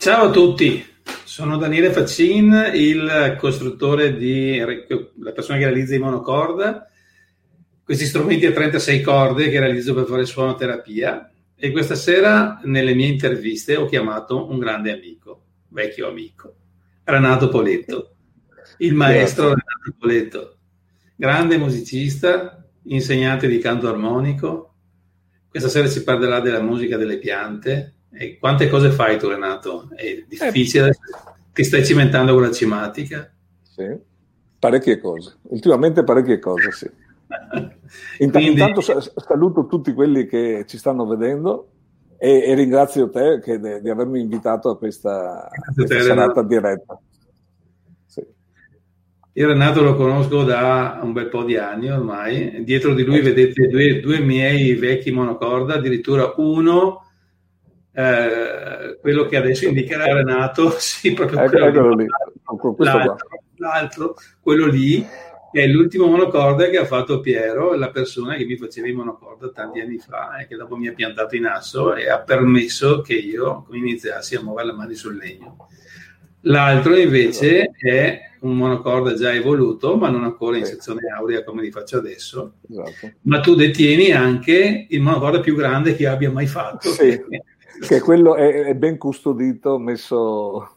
Ciao a tutti, sono Daniele Faccin, il costruttore la persona che realizza i monocorda, questi strumenti a 36 corde che realizzo per fare suonoterapia, e questa sera nelle mie interviste ho chiamato un grande amico, vecchio amico, Renato Poletto, il maestro Renato Poletto, grande musicista, insegnante di canto armonico. Questa sera ci parlerà della musica delle piante. E quante cose fai tu, Renato? È difficile, ti stai cimentando con la cimatica? Sì, parecchie cose, ultimamente parecchie cose, sì. Intanto saluto tutti quelli che ci stanno vedendo e ringrazio te di avermi invitato a questa serata diretta. Sì. Io Renato lo conosco da un bel po' di anni ormai, dietro di lui vedete due miei vecchi monocorda, addirittura uno, quello che adesso indicherà Renato, sì, proprio quello lì. L'altro, quello lì, è l'ultimo monocorda che ha fatto Piero, la persona che mi faceva i monocorda tanti anni fa e che dopo mi ha piantato in asso e ha permesso che io iniziassi a muovere le mani sul legno. L'altro invece è un monocorda già evoluto, ma non ancora in sezione aurea come li faccio adesso. Esatto. Ma tu detieni anche il monocorda più grande che abbia mai fatto. Sì, che quello è ben custodito, messo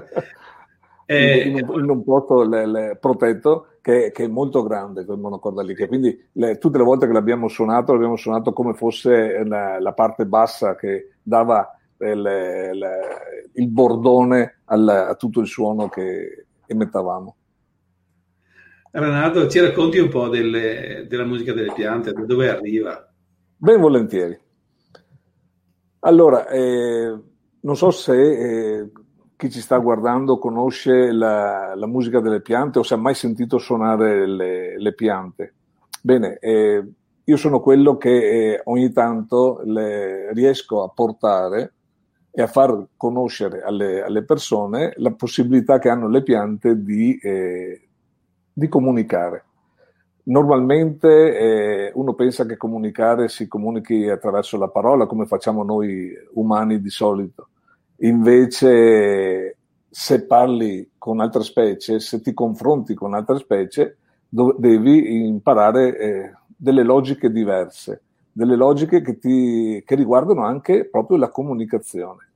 in un posto protetto, che è molto grande quel monocorda lì, che quindi tutte le volte che l'abbiamo suonato come fosse la parte bassa che dava il bordone a tutto il suono che emettavamo. Renato, ci racconti un po' della musica delle piante, da dove arriva? Ben volentieri. Allora, non so se chi ci sta guardando conosce la musica delle piante o se ha mai sentito suonare le piante. Bene, io sono quello che ogni tanto riesco a portare e a far conoscere alle persone la possibilità che hanno le piante di comunicare. Normalmente uno pensa che comunicare si comunichi attraverso la parola, come facciamo noi umani di solito. Invece, se parli con altre specie, se ti confronti con altre specie, devi imparare delle logiche diverse, delle logiche che riguardano anche proprio la comunicazione.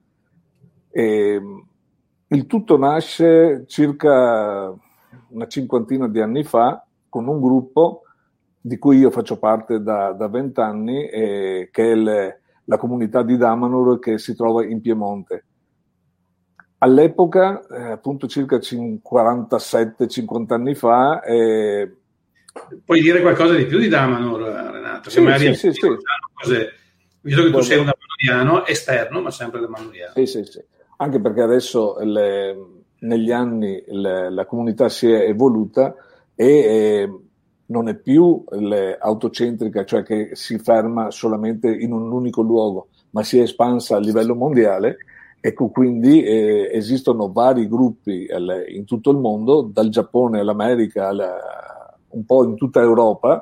Il tutto nasce circa una cinquantina di anni fa con un gruppo di cui io faccio parte da 20 anni, che è la comunità di Damanhur, che si trova in Piemonte. All'epoca, appunto circa 47-50 anni fa... Puoi dire qualcosa di più di Damanhur, Renato? Sì. Visto che tu sei un damanhuriano esterno, ma sempre damanhuriano. Sì. Anche perché adesso negli anni la comunità si è evoluta e non è più autocentrica, cioè che si ferma solamente in un unico luogo, ma si è espansa a livello mondiale. Ecco, quindi esistono vari gruppi in tutto il mondo, dal Giappone all'America, un po' in tutta Europa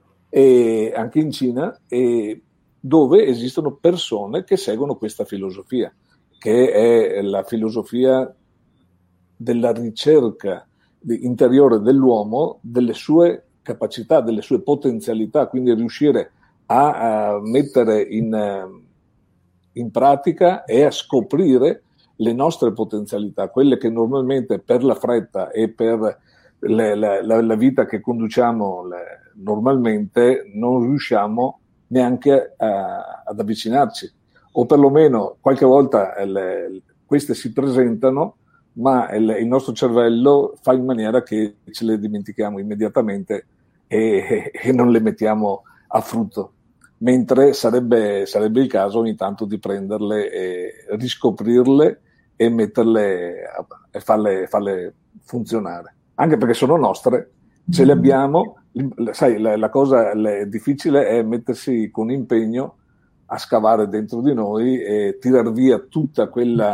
e anche in Cina, dove esistono persone che seguono questa filosofia, che è la filosofia della ricerca interiore dell'uomo, delle sue capacità, delle sue potenzialità, quindi riuscire a mettere in pratica e a scoprire le nostre potenzialità, quelle che normalmente per la fretta e per la vita che conduciamo normalmente non riusciamo neanche ad avvicinarci, o perlomeno qualche volta queste si presentano, ma il nostro cervello fa in maniera che ce le dimentichiamo immediatamente e non le mettiamo a frutto. Mentre sarebbe il caso ogni tanto di prenderle e riscoprirle e metterle e farle funzionare. Anche perché sono nostre, ce le abbiamo. Sai, la cosa difficile è mettersi con impegno a scavare dentro di noi e tirar via tutta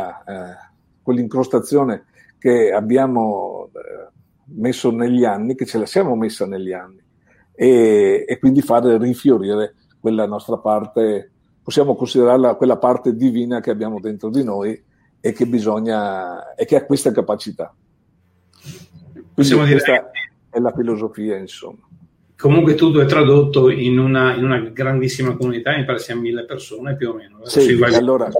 quell'incrostazione che abbiamo messo negli anni, che ce la siamo messa negli anni, e quindi fare rifiorire quella nostra parte, possiamo considerarla quella parte divina che abbiamo dentro di noi e che ha questa capacità. Possiamo dire questa è la filosofia, insomma. Comunque tutto è tradotto in una grandissima comunità, mi pare siano 1000 persone più o meno. Sì, allora,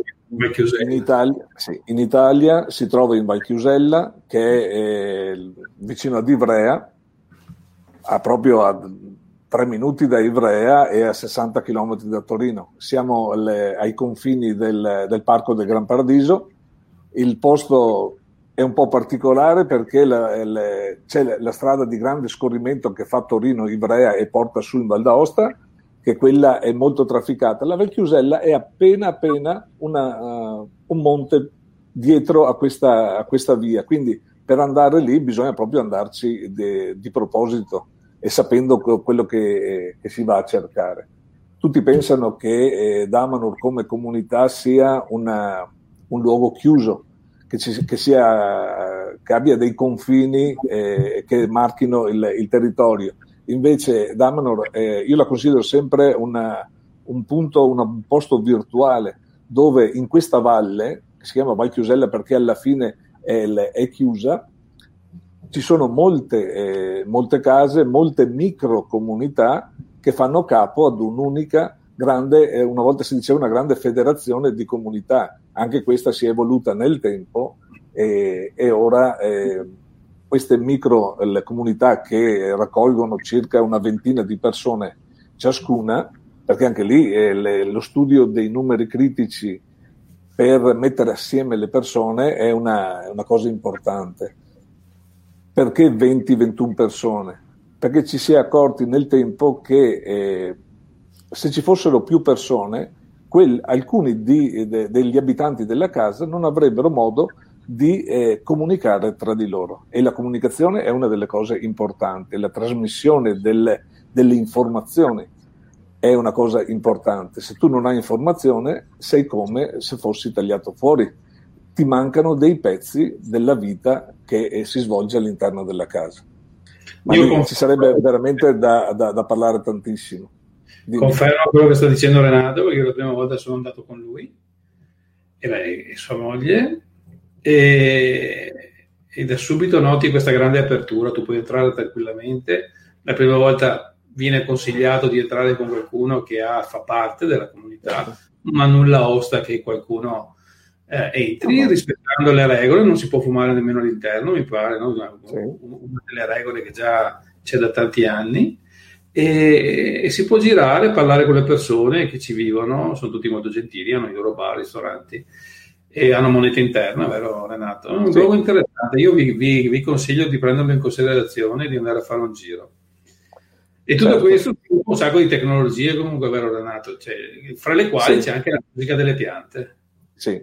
in Italia si trova in Valchiusella, che è vicino ad Ivrea, proprio a 3 minuti da Ivrea e a 60 km da Torino. Siamo ai confini del Parco del Gran Paradiso. Il posto è un po' particolare perché c'è la strada di grande scorrimento che fa Torino-Ivrea e porta su in Val d'Aosta, che quella è molto trafficata. La Valchiusella è appena un monte dietro a questa via, quindi per andare lì bisogna proprio andarci di proposito e sapendo quello che si va a cercare. Tutti pensano che Damanhur come comunità sia un luogo chiuso, che abbia dei confini che marchino il territorio. Invece Damanhur io la considero sempre un posto virtuale, dove in questa valle, che si chiama Valchiusella perché alla fine è chiusa, ci sono molte case, molte micro comunità che fanno capo ad un'unica grande, una volta si diceva una grande federazione di comunità. Anche questa si è evoluta nel tempo e ora queste micro comunità che raccolgono circa una ventina di persone ciascuna, perché anche lì lo studio dei numeri critici per mettere assieme le persone è una cosa importante. Perché 20-21 persone? Perché ci si è accorti nel tempo che se ci fossero più persone, alcuni degli abitanti della casa non avrebbero modo di comunicare tra di loro, e la comunicazione è una delle cose importanti, la trasmissione delle informazioni è una cosa importante. Se tu non hai informazione sei come se fossi tagliato fuori, ti mancano dei pezzi della vita che si svolge all'interno della casa. Ma ci sarebbe veramente da parlare tantissimo. Confermo quello che sta dicendo Renato, perché la prima volta sono andato con lui e sua moglie e da subito noti questa grande apertura, tu puoi entrare tranquillamente. La prima volta viene consigliato di entrare con qualcuno che fa parte della comunità, ma nulla osta che qualcuno entri rispettando le regole. Non si può fumare nemmeno all'interno, mi pare, no? Una delle regole che già c'è da tanti anni. E si può girare, parlare con le persone che ci vivono, sono tutti molto gentili, hanno i loro bar, ristoranti e hanno moneta interna, vero Renato? È un luogo interessante. Io vi consiglio di prenderlo in considerazione e di andare a fare un giro. E tutto questo un sacco di tecnologie, comunque, vero Renato? Cioè, fra le quali c'è anche la musica delle piante. Sì,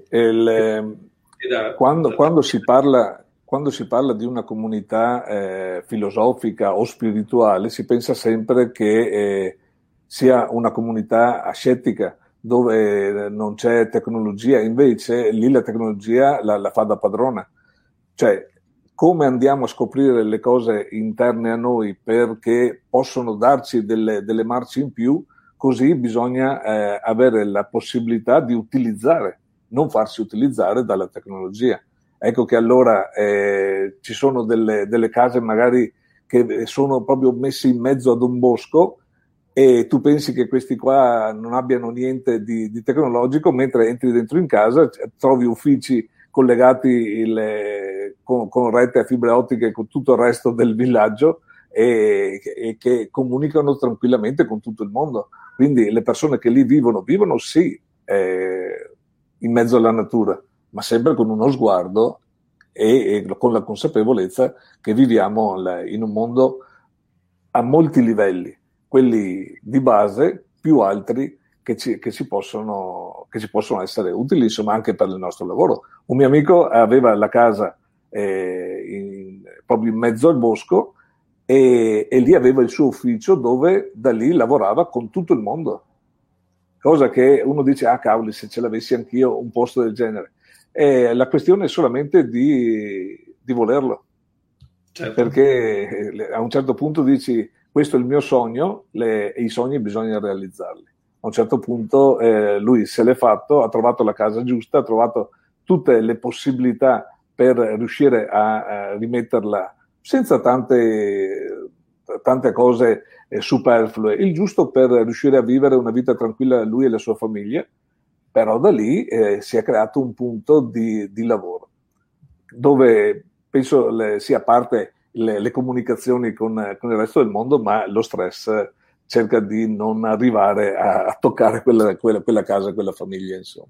quando si parla di una comunità filosofica o spirituale, si pensa sempre che sia una comunità ascetica, dove non c'è tecnologia. Invece lì la tecnologia la fa da padrona. Cioè, come andiamo a scoprire le cose interne a noi perché possono darci delle marce in più, così bisogna avere la possibilità di utilizzare, non farsi utilizzare dalla tecnologia. Ecco che allora ci sono delle case magari che sono proprio messe in mezzo ad un bosco e tu pensi che questi qua non abbiano niente di tecnologico, mentre entri dentro in casa, trovi uffici collegati con rete a fibra ottica e con tutto il resto del villaggio e che comunicano tranquillamente con tutto il mondo. Quindi le persone che lì vivono sì in mezzo alla natura, ma sempre con uno sguardo e con la consapevolezza che viviamo in un mondo a molti livelli, quelli di base più altri che ci possono essere utili, insomma, anche per il nostro lavoro. Un mio amico aveva la casa proprio in mezzo al bosco e lì aveva il suo ufficio dove da lì lavorava con tutto il mondo. Cosa che uno dice, cavoli, se ce l'avessi anch'io un posto del genere. La questione è solamente di volerlo. Certo. Perché a un certo punto dici, questo è il mio sogno, e i sogni bisogna realizzarli. A un certo punto lui se l'è fatto, ha trovato la casa giusta, ha trovato tutte le possibilità per riuscire a rimetterla senza tante cose superflue, il giusto per riuscire a vivere una vita tranquilla lui e la sua famiglia. Però da lì si è creato un punto di lavoro, dove penso sia a parte le comunicazioni con il resto del mondo, ma lo stress cerca di non arrivare a toccare quella casa, quella famiglia, insomma.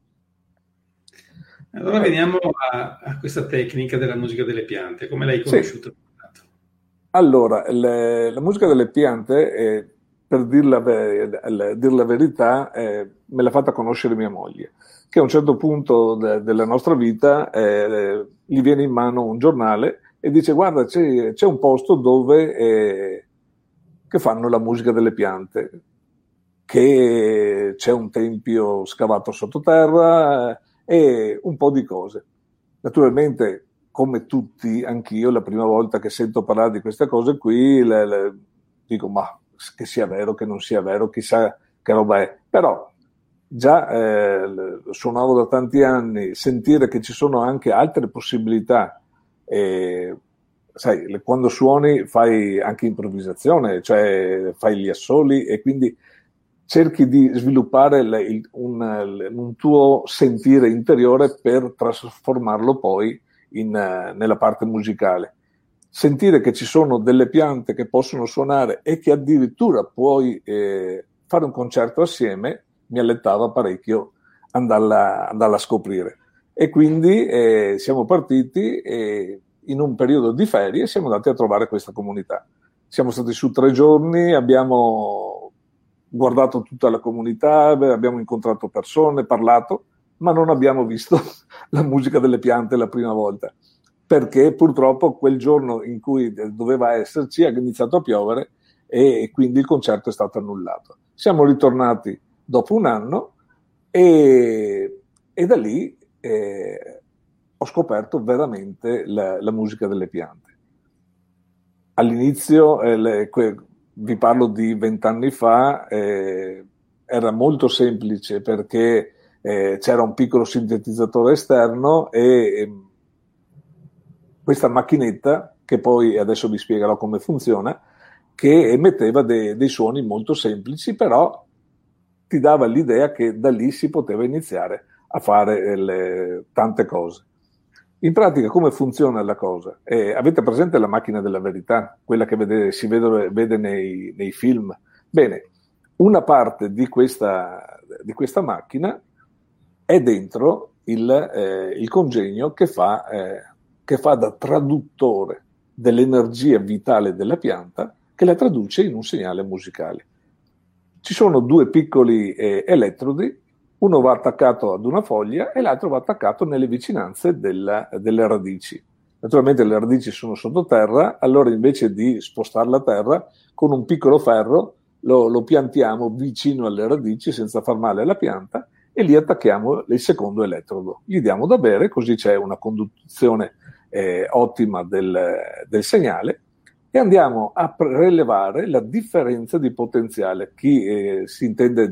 Allora veniamo a questa tecnica della musica delle piante, come l'hai conosciuta? Sì. Allora, la musica delle piante, per dir la verità, me l'ha fatta conoscere mia moglie, che a un certo punto della nostra vita gli viene in mano un giornale e dice: guarda, c'è un posto dove che fanno la musica delle piante, che c'è un tempio scavato sottoterra e un po' di cose. Naturalmente, come tutti, anch'io la prima volta che sento parlare di queste cose qui dico: ma che sia vero, che non sia vero, chissà che roba è. Però già suonavo da tanti anni, sentire che ci sono anche altre possibilità, sai, quando suoni fai anche improvvisazione, cioè fai gli assoli e quindi cerchi di sviluppare un tuo sentire interiore per trasformarlo poi nella parte musicale. Sentire che ci sono delle piante che possono suonare e che addirittura puoi fare un concerto assieme mi allettava parecchio andarla a scoprire. E quindi siamo partiti e in un periodo di ferie siamo andati a trovare questa comunità. Siamo stati su 3 giorni, abbiamo guardato tutta la comunità, abbiamo incontrato persone, parlato, ma non abbiamo visto la musica delle piante la prima volta, perché purtroppo quel giorno in cui doveva esserci ha iniziato a piovere e quindi il concerto è stato annullato. Siamo ritornati dopo un anno e da lì ho scoperto veramente la musica delle piante. All'inizio, vi parlo di 20 anni fa, era molto semplice perché c'era un piccolo sintetizzatore esterno e questa macchinetta, che poi adesso vi spiegherò come funziona, che emetteva dei suoni molto semplici, però ti dava l'idea che da lì si poteva iniziare a fare tante cose. In pratica come funziona la cosa? Avete presente la macchina della verità, quella che si vede nei film? Bene, una parte di questa macchina è dentro il congegno che fa da traduttore dell'energia vitale della pianta, che la traduce in un segnale musicale. Ci sono 2 piccoli elettrodi, uno va attaccato ad una foglia e l'altro va attaccato nelle vicinanze delle radici. Naturalmente le radici sono sottoterra, allora invece di spostarla a terra, con un piccolo ferro lo piantiamo vicino alle radici senza far male alla pianta e lì attacchiamo il secondo elettrodo. Gli diamo da bere, così c'è una conduzione ottima del segnale e andiamo a rilevare la differenza di potenziale. Chi si intende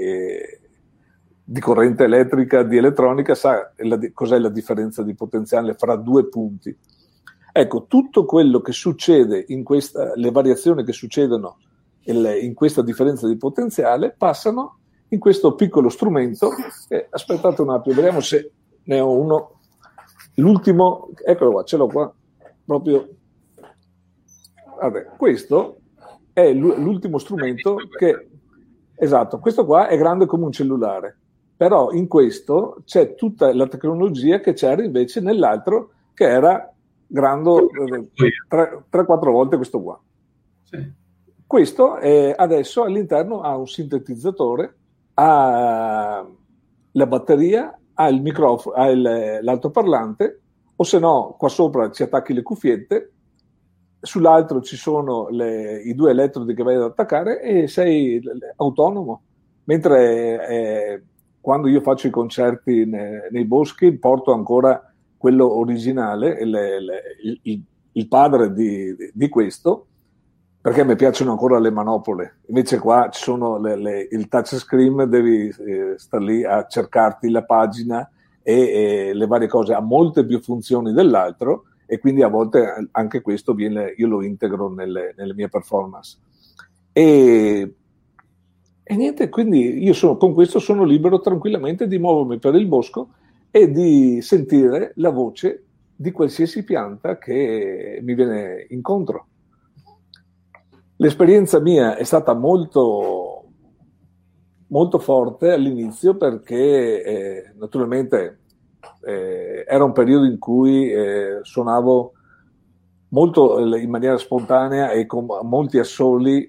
di corrente elettrica, di elettronica, sa cos'è la differenza di potenziale fra 2 punti. Ecco, tutto quello che succede le variazioni che succedono in questa differenza di potenziale passano in questo piccolo strumento. Aspettate un attimo, vediamo se ne ho uno. L'ultimo, eccolo qua, ce l'ho qua, proprio. Vabbè, questo è l'ultimo strumento esatto, questo qua è grande come un cellulare, però in questo c'è tutta la tecnologia che c'era invece nell'altro, che era grande 3-4 volte questo qua. Sì. Questo adesso all'interno ha un sintetizzatore, ha la batteria, ha il microfono, ha l'altoparlante, o se no qua sopra ci attacchi le cuffiette, sull'altro ci sono i 2 elettrodi che vai ad attaccare e sei autonomo. Mentre quando io faccio i concerti nei boschi porto ancora quello originale, il padre di questo, perché mi piacciono ancora le manopole. Invece qua ci sono il touchscreen, devi star lì a cercarti la pagina e le varie cose, ha molte più funzioni dell'altro, e quindi a volte anche questo io lo integro nelle mie performance. E niente, quindi io con questo sono libero tranquillamente di muovermi per il bosco e di sentire la voce di qualsiasi pianta che mi viene incontro. L'esperienza mia è stata molto, molto forte all'inizio perché naturalmente era un periodo in cui suonavo molto in maniera spontanea e con molti assoli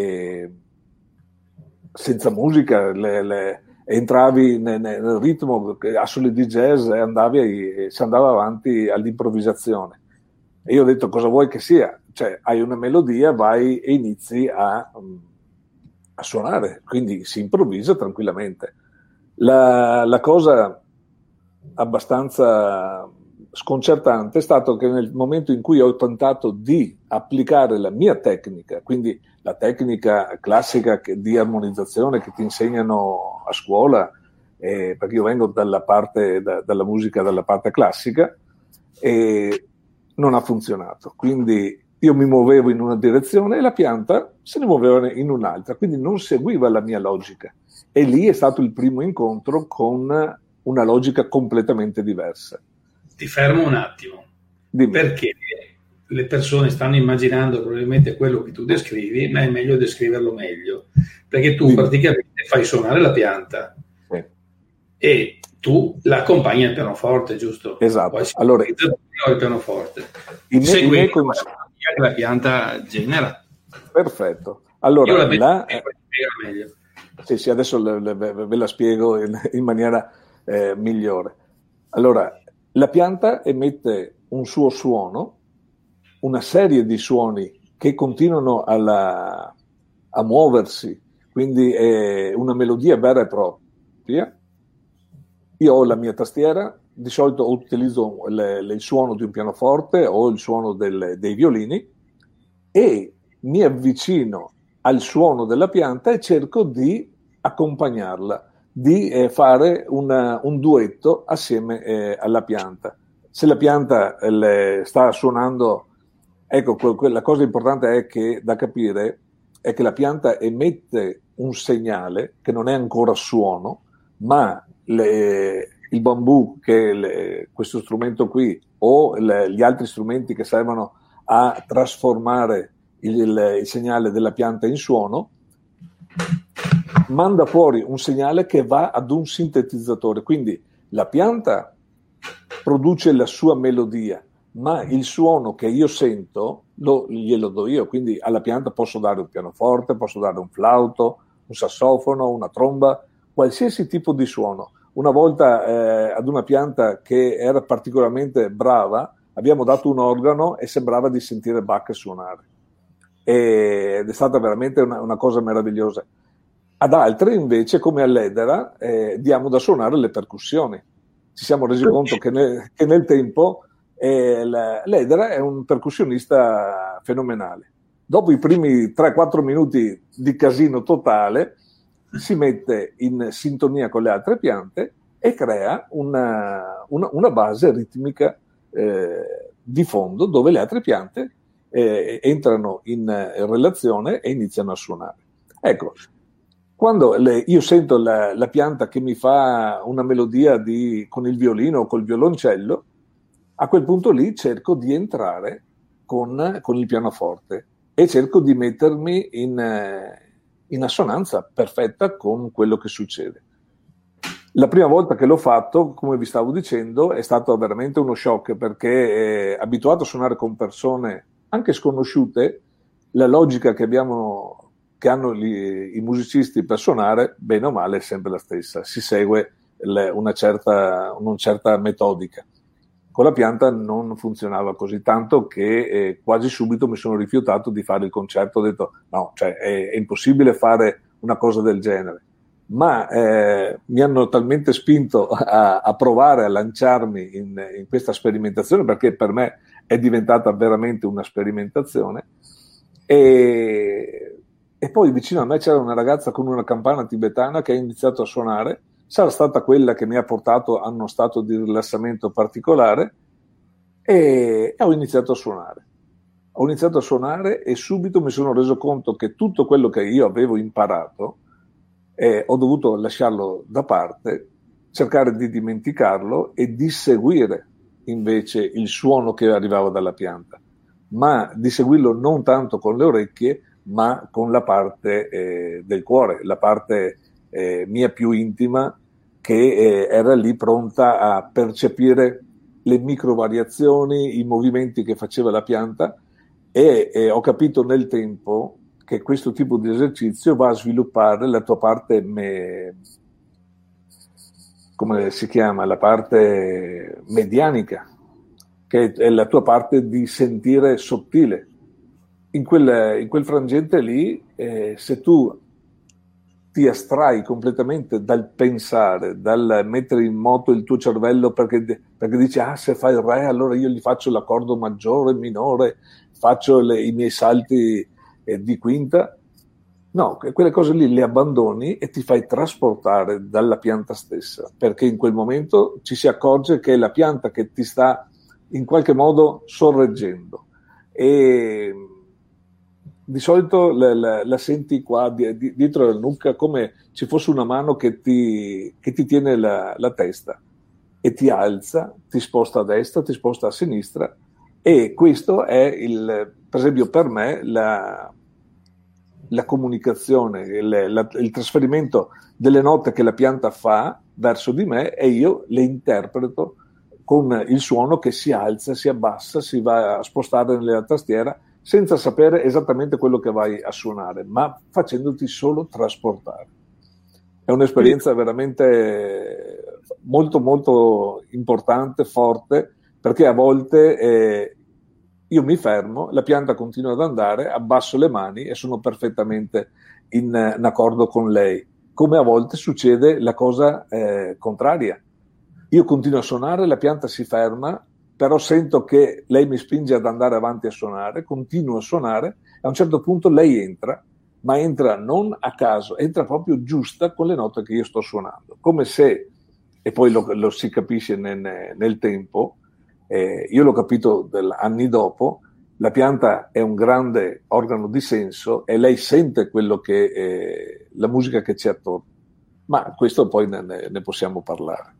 senza musica, entravi nel ritmo, assoli di jazz, e si andava avanti all'improvvisazione. E io ho detto: cosa vuoi che sia? Cioè, hai una melodia, vai e inizi a suonare, quindi si improvvisa tranquillamente. La cosa abbastanza sconcertante è stato che nel momento in cui ho tentato di applicare la mia tecnica, quindi la tecnica classica di armonizzazione che ti insegnano a scuola, perché io vengo dalla musica, dalla parte classica, e non ha funzionato. Quindi io mi muovevo in una direzione e la pianta se ne muoveva in un'altra, quindi non seguiva la mia logica. E lì è stato il primo incontro con una logica completamente diversa. Ti fermo un attimo. Dimmi. Perché le persone stanno immaginando probabilmente quello che tu descrivi, ma è meglio descriverlo meglio, perché tu praticamente fai suonare la pianta e tu la accompagni al pianoforte, giusto? Esatto. Allora, il pianoforte. Segui la pianta genera. Perfetto. Allora, meglio. Sì, adesso ve la spiego in maniera migliore. Allora, la pianta emette un suo suono, una serie di suoni che continuano a muoversi, quindi è una melodia vera e propria. Io ho la mia tastiera, di solito utilizzo il suono di un pianoforte o il suono dei violini, e mi avvicino al suono della pianta e cerco di accompagnarla, di fare un duetto assieme alla pianta. Se la pianta sta suonando, ecco, la cosa importante da capire è che la pianta emette un segnale che non è ancora suono, ma il bambù, che questo strumento qui, o gli altri strumenti che servono a trasformare il segnale della pianta in suono, manda fuori un segnale che va ad un sintetizzatore. Quindi la pianta produce la sua melodia, ma il suono che io sento glielo do io. Quindi alla pianta posso dare un pianoforte, posso dare un flauto, un sassofono, una tromba, qualsiasi tipo di suono. Una volta ad una pianta che era particolarmente brava abbiamo dato un organo e sembrava di sentire Bach suonare, ed è stata veramente una cosa meravigliosa. Ad altre invece, come all'Edera, diamo da suonare le percussioni. Ci siamo resi conto che nel tempo l'Edera è un percussionista fenomenale. Dopo i primi 3-4 minuti di casino totale si mette in sintonia con le altre piante e crea una base ritmica di fondo, dove le altre piante entrano in relazione e iniziano a suonare. Ecco, quando io sento la pianta che mi fa una melodia con il violino o col violoncello, a quel punto lì cerco di entrare con il pianoforte e cerco di mettermi in assonanza perfetta con quello che succede. La prima volta che l'ho fatto, come vi stavo dicendo, è stato veramente uno shock, perché abituato a suonare con persone anche sconosciute, la logica che hanno i musicisti per suonare, bene o male, è sempre la stessa. Si segue una certa metodica. Con la pianta non funzionava così tanto che quasi subito mi sono rifiutato di fare il concerto. Ho detto no, cioè è impossibile fare una cosa del genere. Ma mi hanno talmente spinto a provare a lanciarmi in questa sperimentazione, perché per me è diventata veramente una sperimentazione. E poi vicino a me c'era una ragazza con una campana tibetana che ha iniziato a suonare sarà stata quella che mi ha portato a uno stato di rilassamento particolare e ho iniziato a suonare. Ho iniziato a suonare e subito mi sono reso conto che tutto quello che io avevo imparato ho dovuto lasciarlo da parte, cercare di dimenticarlo e di seguire invece il suono che arrivava dalla pianta, ma di seguirlo non tanto con le orecchie, ma con la parte del cuore, la parte mia più intima, che era lì pronta a percepire le microvariazioni, i movimenti che faceva la pianta e ho capito nel tempo che questo tipo di esercizio va a sviluppare la tua parte, come si chiama, la parte medianica, che è la tua parte di sentire sottile. In quel frangente lì, se tu ti astrai completamente dal pensare, dal mettere in moto il tuo cervello perché dici, se fai il re allora io gli faccio l'accordo maggiore, minore, faccio i miei salti di quinta. No, quelle cose lì le abbandoni e ti fai trasportare dalla pianta stessa, perché in quel momento ci si accorge che è la pianta che ti sta in qualche modo sorreggendo. E di solito la senti qua dietro la nuca come ci fosse una mano che ti tiene la testa e ti alza, ti sposta a destra, ti sposta a sinistra, e questo è per esempio per me la comunicazione, il trasferimento delle note che la pianta fa verso di me e io le interpreto con il suono che si alza, si abbassa, si va a spostare nella tastiera senza sapere esattamente quello che vai a suonare, ma facendoti solo trasportare. È un'esperienza veramente molto molto importante, forte, perché a volte io mi fermo, la pianta continua ad andare, abbasso le mani e sono perfettamente in accordo con lei, come a volte succede la cosa contraria. Io continuo a suonare, la pianta si ferma, però sento che lei mi spinge ad andare avanti a suonare, continuo a suonare, e a un certo punto lei entra, ma entra non a caso, entra proprio giusta con le note che io sto suonando, come se, e poi lo si capisce nel tempo, io l'ho capito anni dopo, la pianta è un grande organo di senso e lei sente quello che la musica che c'è attorno, ma questo poi ne possiamo parlare.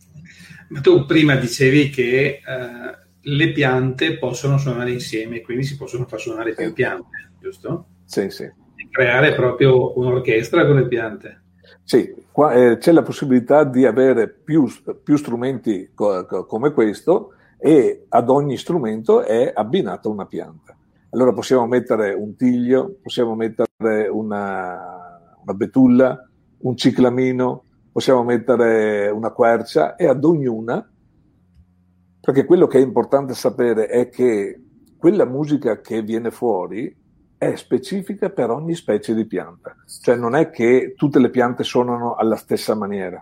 Ma tu prima dicevi che le piante possono suonare insieme, quindi si possono far suonare più piante, giusto? Sì, sì. E creare proprio un'orchestra con le piante. Sì, qua, c'è la possibilità di avere più strumenti come questo, e ad ogni strumento è abbinata una pianta. Allora possiamo mettere un tiglio, possiamo mettere una betulla, un ciclamino, possiamo mettere una quercia, e ad ognuna, perché quello che è importante sapere è che quella musica che viene fuori è specifica per ogni specie di pianta, cioè non è che tutte le piante suonano alla stessa maniera.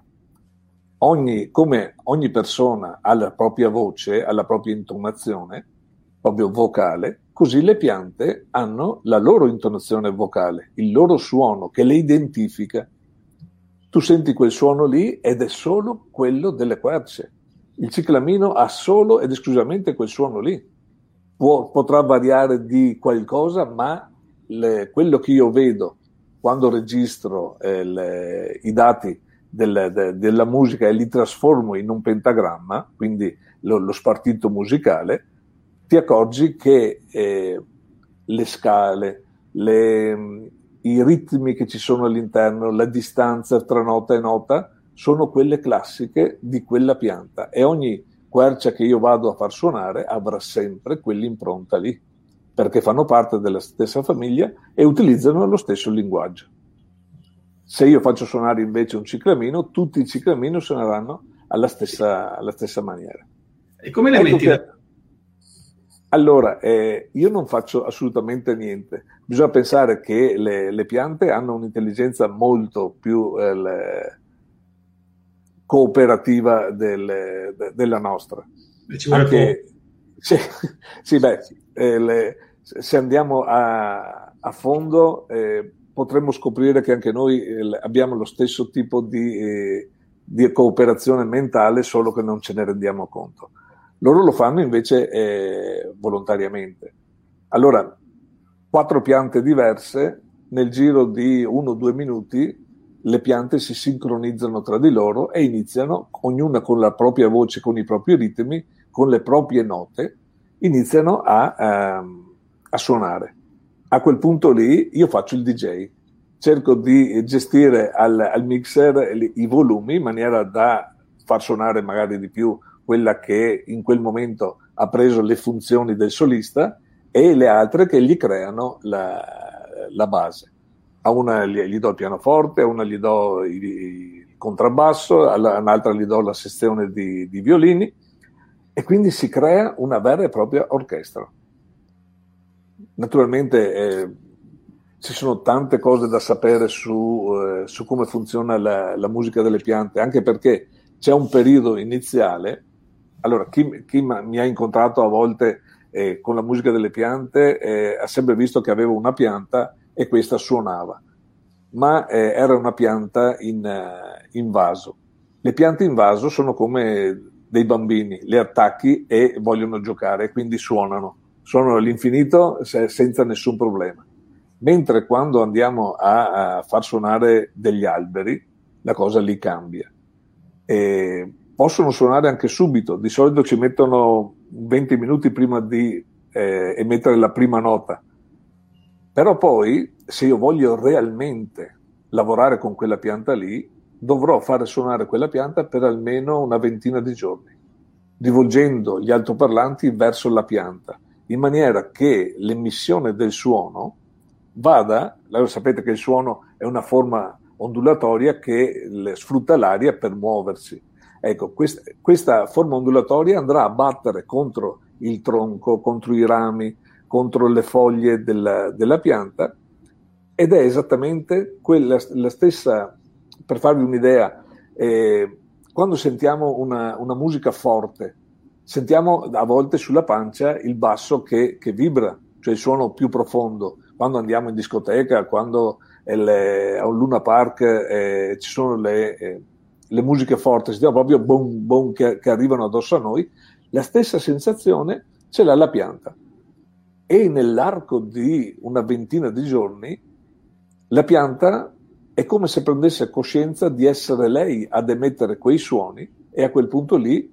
Come ogni persona ha la propria voce, ha la propria intonazione, proprio vocale, così le piante hanno la loro intonazione vocale, il loro suono che le identifica. Tu senti quel suono lì ed è solo quello delle querce. Il ciclamino ha solo ed esclusivamente quel suono lì. Potrà variare di qualcosa, ma quello che io vedo quando registro i dati della musica e li trasformo in un pentagramma, quindi lo spartito musicale, ti accorgi che le scale, i ritmi che ci sono all'interno, la distanza tra nota e nota sono quelle classiche di quella pianta, e ogni quercia che io vado a far suonare avrà sempre quell'impronta lì, perché fanno parte della stessa famiglia e utilizzano lo stesso linguaggio. Se io faccio suonare invece un ciclamino, tutti i ciclamini suoneranno alla stessa maniera. E come le metti? Allora, io non faccio assolutamente niente. Bisogna pensare che le piante hanno un'intelligenza molto più cooperativa della nostra. Anche, sì, se andiamo a fondo, potremmo scoprire che anche noi abbiamo lo stesso tipo di di cooperazione mentale, solo che non ce ne rendiamo conto. Loro lo fanno invece volontariamente. Allora, 4 piante diverse, nel giro di 1 o 2 minuti le piante si sincronizzano tra di loro e iniziano, ognuna con la propria voce, con i propri ritmi, con le proprie note, iniziano a suonare. A quel punto lì io faccio il DJ, cerco di gestire al mixer i volumi in maniera da far suonare magari di più quella che in quel momento ha preso le funzioni del solista e le altre che gli creano la base. A una gli do il pianoforte, a una gli do il contrabbasso, a un'altra gli do la sezione di violini, e quindi si crea una vera e propria orchestra. Naturalmente ci sono tante cose da sapere su come funziona la musica delle piante, anche perché c'è un periodo iniziale. Allora, chi mi ha incontrato a volte con la musica delle piante ha sempre visto che avevo una pianta e questa suonava, ma era una pianta in vaso. Le piante in vaso sono come dei bambini, le attacchi e vogliono giocare, quindi suonano all'infinito senza nessun problema. Mentre quando andiamo a far suonare degli alberi, la cosa lì cambia. Possono suonare anche subito, di solito ci mettono 20 minuti prima di emettere la prima nota, però poi se io voglio realmente lavorare con quella pianta lì, dovrò fare suonare quella pianta per almeno una ventina di giorni, rivolgendo gli altoparlanti verso la pianta, in maniera che l'emissione del suono vada, sapete che il suono è una forma ondulatoria che sfrutta l'aria per muoversi. Ecco, questa forma ondulatoria andrà a battere contro il tronco, contro i rami, contro le foglie della pianta, ed è esattamente la stessa. Per farvi un'idea, quando sentiamo una musica forte, sentiamo a volte sulla pancia il basso che vibra, cioè il suono più profondo. Quando andiamo in discoteca, quando a un Luna Park ci sono le musiche forti, sentiamo proprio boom boom che arrivano addosso a noi, la stessa sensazione ce l'ha la pianta. E nell'arco di una ventina di giorni la pianta è come se prendesse coscienza di essere lei ad emettere quei suoni, e a quel punto lì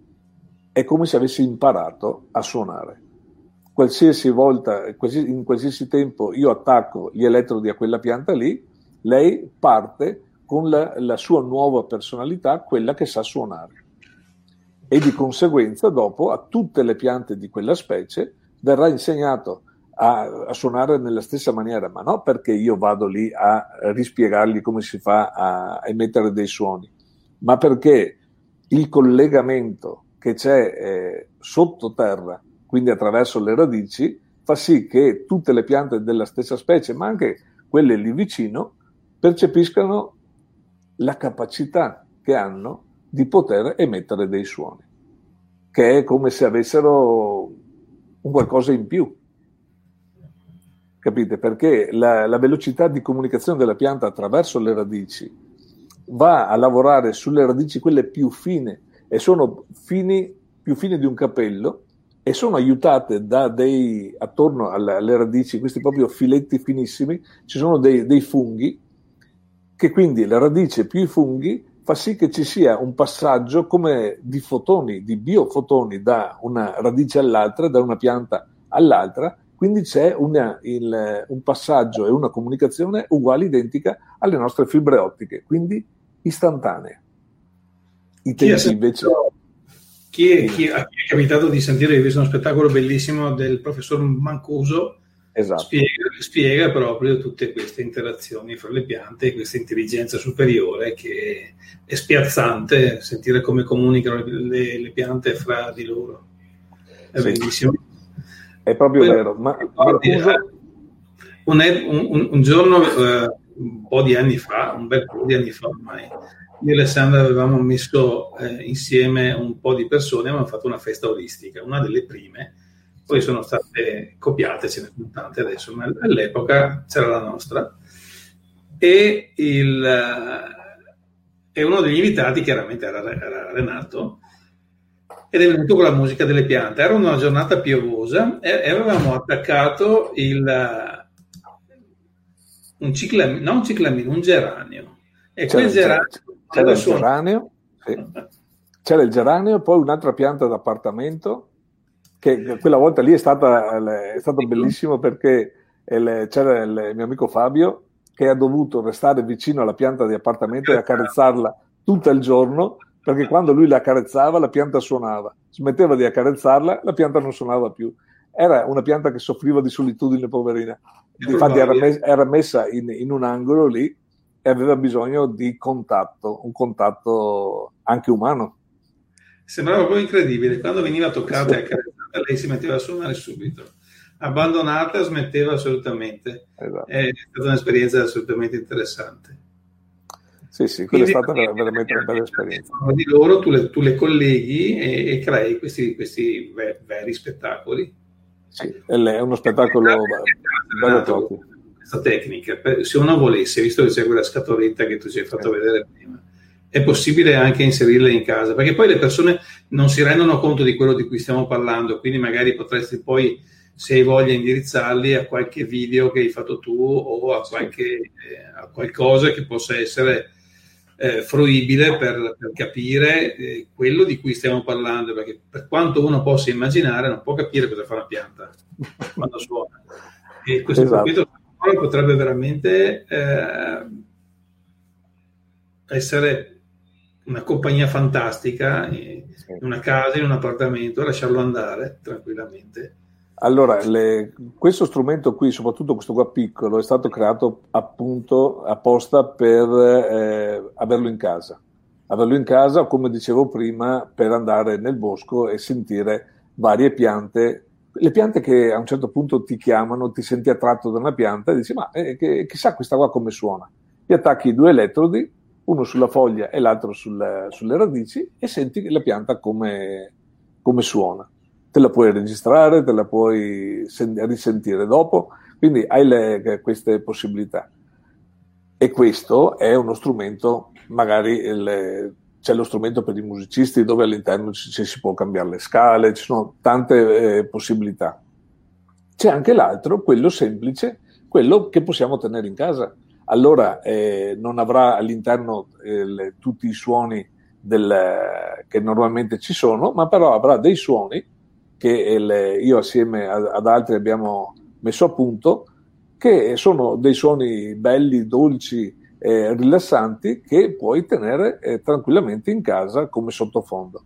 è come se avesse imparato a suonare. Qualsiasi volta, in qualsiasi tempo io attacco gli elettrodi a quella pianta lì, lei parte con la sua nuova personalità, quella che sa suonare. E di conseguenza dopo a tutte le piante di quella specie verrà insegnato a suonare nella stessa maniera, ma non perché io vado lì a rispiegargli come si fa a emettere dei suoni, ma perché il collegamento che c'è sottoterra, quindi attraverso le radici, fa sì che tutte le piante della stessa specie, ma anche quelle lì vicino, percepiscano la capacità che hanno di poter emettere dei suoni, che è come se avessero un qualcosa in più. Capite? Perché la velocità di comunicazione della pianta attraverso le radici va a lavorare sulle radici quelle più fine, e sono più fine di un capello, e sono aiutate da attorno alle radici, questi proprio filetti finissimi, ci sono dei funghi, che quindi la radice più i funghi fa sì che ci sia un passaggio come di fotoni, di biofotoni, da una radice all'altra, da una pianta all'altra. Quindi c'è un passaggio e una comunicazione uguale, identica alle nostre fibre ottiche, quindi istantanea. I tempi invece... Chi è capitato di sentire, di visto uno spettacolo bellissimo del professor Mancuso, esatto. spiega proprio tutte queste interazioni fra le piante, questa intelligenza superiore che è spiazzante, sentire come comunicano le piante fra di loro. È bellissimo. È proprio vero. Ma un giorno, un po' di anni fa, un bel po' di anni fa ormai, io e Alessandra avevamo messo insieme un po' di persone, avevamo fatto una festa olistica, una delle prime, poi sono state copiate, ce ne sono tante adesso, ma all'epoca c'era la nostra, e E uno degli invitati chiaramente era Renato, ed è venuto con la musica delle piante. Era una giornata piovosa e avevamo attaccato un ciclamino, un geranio. E quel geranio c'era il geranio, sì. C'era il geranio, poi un'altra pianta d'appartamento, che quella volta lì è stato bellissimo, perché c'era il mio amico Fabio, che ha dovuto restare vicino alla pianta di appartamento e accarezzarla tutto il giorno, perché quando lui la accarezzava la pianta suonava, smetteva di accarezzarla, la pianta non suonava più. Era una pianta che soffriva di solitudine, poverina. Infatti era messa in un angolo lì e aveva bisogno di contatto, un contatto anche umano. Sembrava proprio incredibile. Quando veniva toccata e accarezzata, lei si metteva a suonare subito. Abbandonata, smetteva assolutamente. Esatto. È stata un'esperienza assolutamente interessante. Sì, quella è stata veramente una bella esperienza. Di loro tu le colleghi e crei questi veri spettacoli. Sì, è uno spettacolo bello proprio. Questa tecnica, se uno volesse, visto che c'è quella scatoletta che tu ci hai fatto vedere prima, è possibile anche inserirle in casa, perché poi le persone non si rendono conto di quello di cui stiamo parlando, quindi magari potresti poi, se hai voglia, indirizzarli a qualche video che hai fatto tu o a qualcosa che possa essere fruibile per capire quello di cui stiamo parlando, perché per quanto uno possa immaginare non può capire cosa fa una pianta quando suona, e questo potrebbe veramente essere una compagnia fantastica in una casa, in un appartamento, lasciarlo andare tranquillamente. Allora, questo strumento qui, soprattutto questo qua piccolo, è stato creato appunto apposta per averlo in casa. Averlo in casa, come dicevo prima, per andare nel bosco e sentire varie piante, le piante che a un certo punto ti chiamano, ti senti attratto da una pianta e dici, ma chissà questa qua come suona. Ti attacchi 2 elettrodi, uno sulla foglia e l'altro sulle radici, e senti la pianta come suona. Te la puoi registrare, te la puoi risentire dopo, quindi hai queste possibilità. E questo è uno strumento, magari c'è lo strumento per i musicisti dove all'interno si può cambiare le scale, ci sono tante possibilità. C'è anche l'altro, quello semplice, quello che possiamo tenere in casa. Allora non avrà all'interno tutti i suoni che normalmente ci sono, ma però avrà dei suoni che io assieme ad altri abbiamo messo a punto, che sono dei suoni belli, dolci, rilassanti, che puoi tenere tranquillamente in casa come sottofondo.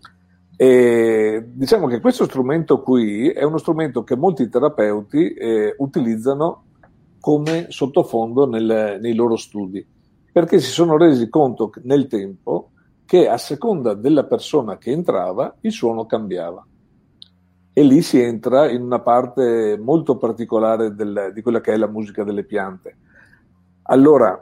E diciamo che questo strumento qui è uno strumento che molti terapeuti utilizzano come sottofondo nei loro studi, perché si sono resi conto nel tempo che a seconda della persona che entrava il suono cambiava. E lì si entra in una parte molto particolare di quella che è la musica delle piante. Allora,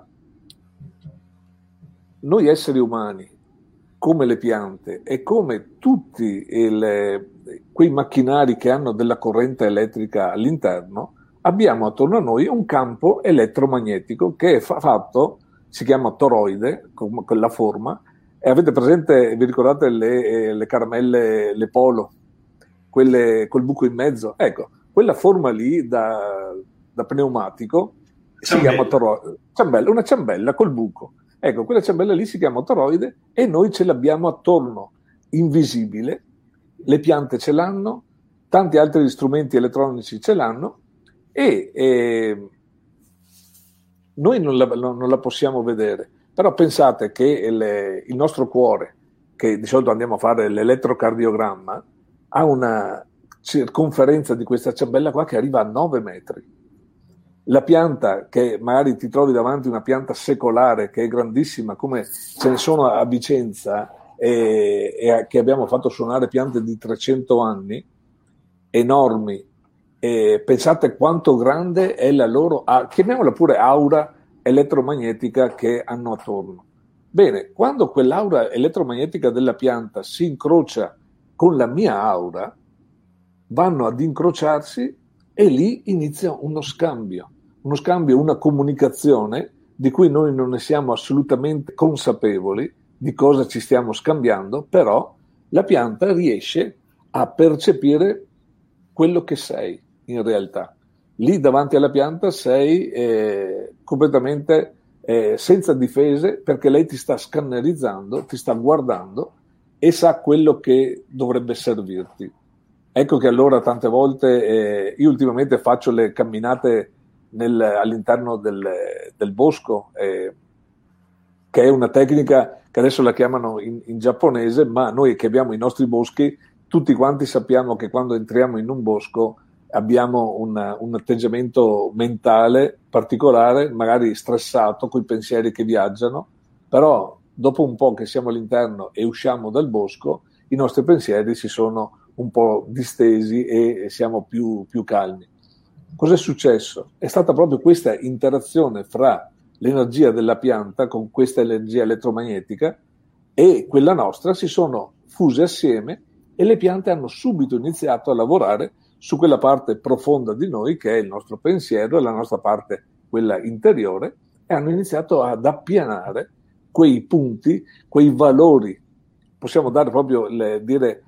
noi esseri umani, come le piante e come tutti quei macchinari che hanno della corrente elettrica all'interno, abbiamo attorno a noi un campo elettromagnetico che è fatto, si chiama toroide, con la forma, e avete presente, vi ricordate le caramelle, le Polo? Quelle col buco in mezzo, ecco, quella forma lì da pneumatico si chiama toroide, una ciambella col buco, ecco, quella ciambella lì si chiama toroide e noi ce l'abbiamo attorno, invisibile. Le piante ce l'hanno, tanti altri strumenti elettronici ce l'hanno, e noi non la possiamo vedere, però pensate che il nostro cuore, che di solito andiamo a fare l'elettrocardiogramma, ha una circonferenza di questa ciambella qua che arriva a 9 metri. La pianta, che magari ti trovi davanti una pianta secolare che è grandissima, come ce ne sono a Vicenza, e che abbiamo fatto suonare piante di 300 anni, enormi, e pensate quanto grande è la loro, chiamiamola pure aura elettromagnetica che hanno attorno. Bene, quando quell'aura elettromagnetica della pianta si incrocia con la mia aura, vanno ad incrociarsi e lì inizia uno scambio, una comunicazione di cui noi non ne siamo assolutamente consapevoli di cosa ci stiamo scambiando, però la pianta riesce a percepire quello che sei in realtà. Lì davanti alla pianta sei completamente senza difese, perché lei ti sta scannerizzando, ti sta guardando e sa quello che dovrebbe servirti. Ecco che allora tante volte io ultimamente faccio le camminate all'interno del bosco, che è una tecnica che adesso la chiamano in giapponese, ma noi che abbiamo i nostri boschi, tutti quanti sappiamo che quando entriamo in un bosco abbiamo un atteggiamento mentale particolare, magari stressato, con i pensieri che viaggiano, però dopo un po' che siamo all'interno e usciamo dal bosco, i nostri pensieri si sono un po' distesi e siamo più calmi. Cos'è successo? È stata proprio questa interazione fra l'energia della pianta con questa energia elettromagnetica e quella nostra si sono fuse assieme e le piante hanno subito iniziato a lavorare su quella parte profonda di noi che è il nostro pensiero e la nostra parte, quella interiore, e hanno iniziato ad appianare quei punti, quei valori. Possiamo dare proprio dire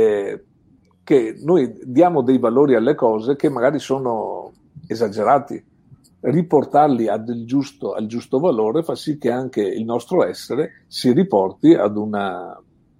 che noi diamo dei valori alle cose che magari sono esagerati. Riportarli al giusto valore fa sì che anche il nostro essere si riporti ad una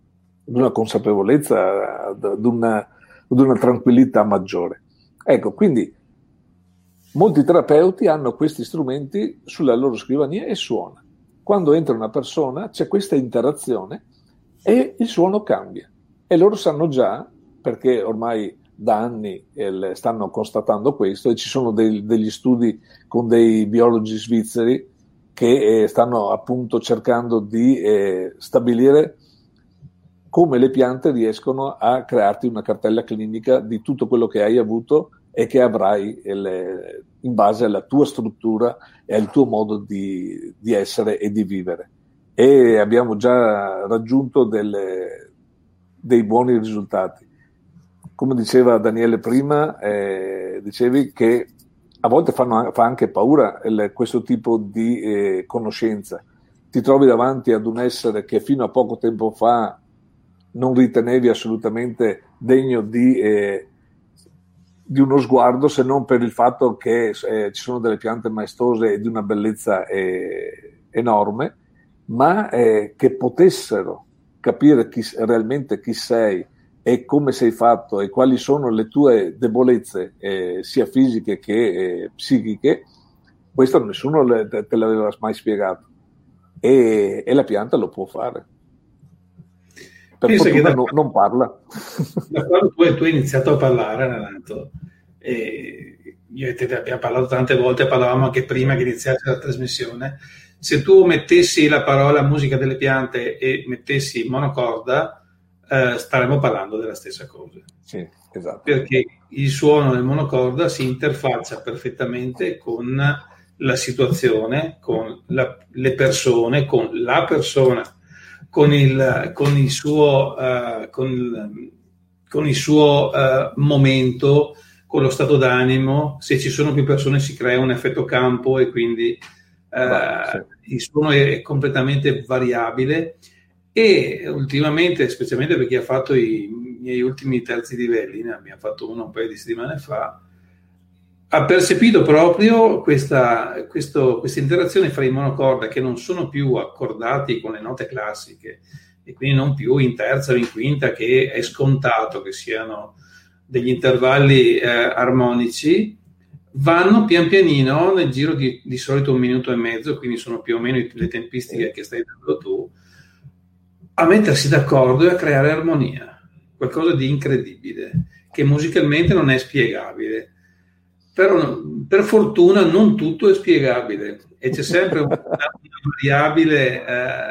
consapevolezza, ad una tranquillità maggiore. Ecco, quindi molti terapeuti hanno questi strumenti sulla loro scrivania e suona. Quando entra una persona c'è questa interazione e il suono cambia. E loro sanno già, perché ormai da anni stanno constatando questo, e ci sono degli studi con dei biologi svizzeri che stanno appunto cercando di stabilire come le piante riescono a crearti una cartella clinica di tutto quello che hai avuto e che avrai in base alla tua struttura e al tuo modo di essere e di vivere. E abbiamo già raggiunto dei buoni risultati. Come diceva Daniele prima, dicevi che a volte fa anche paura questo tipo di conoscenza. Ti trovi davanti ad un essere che fino a poco tempo fa non ritenevi assolutamente degno di uno sguardo, se non per il fatto che ci sono delle piante maestose e di una bellezza enorme, ma che potessero capire realmente chi sei e come sei fatto e quali sono le tue debolezze sia fisiche che psichiche. Questo nessuno te l'aveva mai spiegato e la pianta lo può fare. Per fortuna non parla. Da quando tu hai iniziato a parlare, Renato, io e te abbiamo parlato tante volte, parlavamo anche prima che iniziasse la trasmissione. Se tu mettessi la parola musica delle piante e mettessi monocorda, staremmo parlando della stessa cosa. Sì, esatto. Perché il suono del monocorda si interfaccia perfettamente con la situazione, con le persone, con la persona, con il suo momento, con lo stato d'animo. Se ci sono più persone si crea un effetto campo e quindi sì. Il suono è completamente variabile e ultimamente, specialmente per chi ha fatto i miei ultimi terzi livelli, ne abbiamo fatto uno un paio di settimane fa, ha percepito proprio questa interazione fra i monocorda che non sono più accordati con le note classiche e quindi non più in terza o in quinta, che è scontato che siano degli intervalli armonici, vanno pian pianino nel giro di solito 1 minuto e mezzo, quindi sono più o meno le tempistiche che stai dando tu, a mettersi d'accordo e a creare armonia, qualcosa di incredibile che musicalmente non è spiegabile. Però per fortuna non tutto è spiegabile e c'è sempre una variabile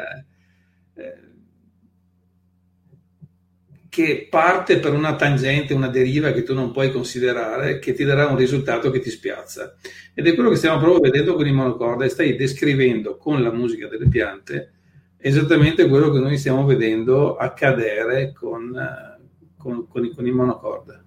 che parte per una tangente, una deriva che tu non puoi considerare, che ti darà un risultato che ti spiazza. Ed è quello che stiamo proprio vedendo con i monocorda, e stai descrivendo con la musica delle piante esattamente quello che noi stiamo vedendo accadere con i monocorda.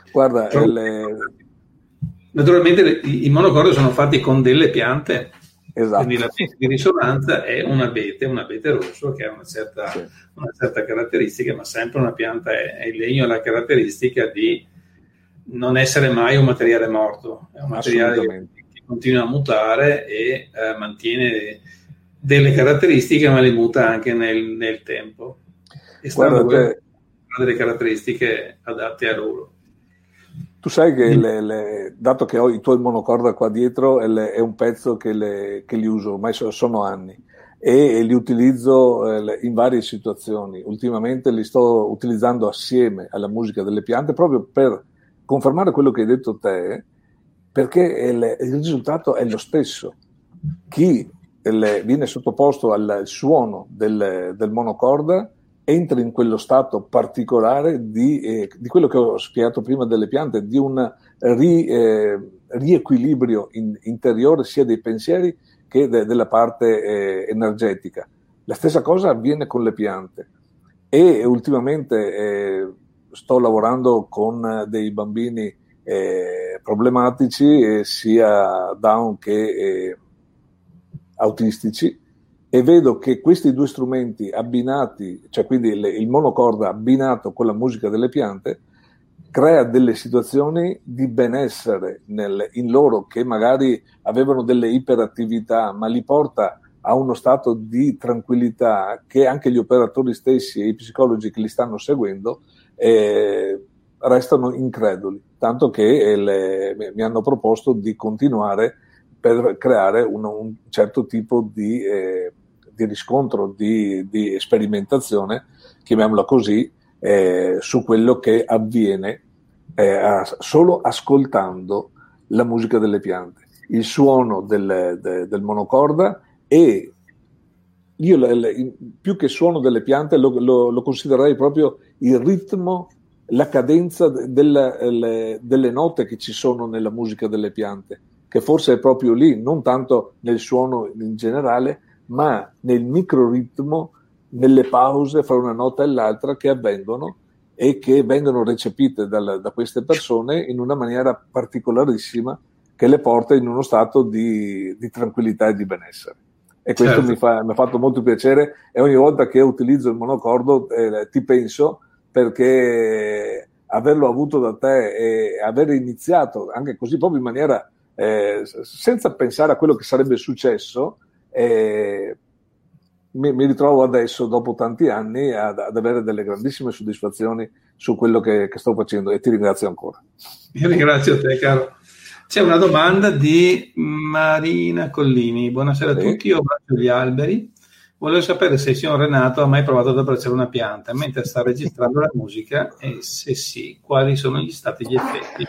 Guarda, naturalmente i monocorda sono fatti con delle piante Esatto. Quindi l'abete di risonanza è un abete rosso che ha una certa caratteristica, ma sempre una pianta è il legno, ha la caratteristica di non essere mai un materiale morto, è un materiale che continua a mutare e mantiene delle caratteristiche, ma le muta anche nel tempo. E stanno delle caratteristiche adatte a loro. Tu sai che dato che ho i tuoi monocorda qua dietro, è un pezzo che li uso, ormai sono anni, e li utilizzo in varie situazioni. Ultimamente li sto utilizzando assieme alla musica delle piante proprio per confermare quello che hai detto te, perché il risultato è lo stesso. Chi viene sottoposto al suono del monocorda entra in quello stato particolare di quello che ho spiegato prima delle piante, di un riequilibrio interiore sia dei pensieri che della parte energetica. La stessa cosa avviene con le piante, e ultimamente sto lavorando con dei bambini problematici, sia Down che autistici, e vedo che questi due strumenti abbinati, cioè quindi il monocorda abbinato con la musica delle piante, crea delle situazioni di benessere in loro, che magari avevano delle iperattività, ma li porta a uno stato di tranquillità che anche gli operatori stessi e i psicologi che li stanno seguendo restano increduli, tanto che mi hanno proposto di continuare per creare un certo tipo di riscontro, di sperimentazione, chiamiamola così, su quello che avviene solo ascoltando la musica delle piante, il suono del monocorda, e io più che suono delle piante lo considererei proprio il ritmo, la cadenza delle note che ci sono nella musica delle piante, che forse è proprio lì, non tanto nel suono in generale, ma nel microritmo, nelle pause fra una nota e l'altra che avvengono e che vengono recepite da queste persone in una maniera particolarissima, che le porta in uno stato di tranquillità e di benessere. E questo mi ha fatto molto piacere, e ogni volta che utilizzo il monocordo ti penso, perché averlo avuto da te e aver iniziato anche così proprio in maniera senza pensare a quello che sarebbe successo, mi ritrovo adesso, dopo tanti anni, ad avere delle grandissime soddisfazioni su quello che sto facendo, e ti ringrazio ancora. Io ringrazio te, caro. C'è una domanda di Marina Collini. Buonasera a tutti, io abbraccio gli alberi. Volevo sapere se il signor Renato ha mai provato ad abbracciare una pianta mentre sta registrando la musica, e se sì, quali sono stati gli effetti?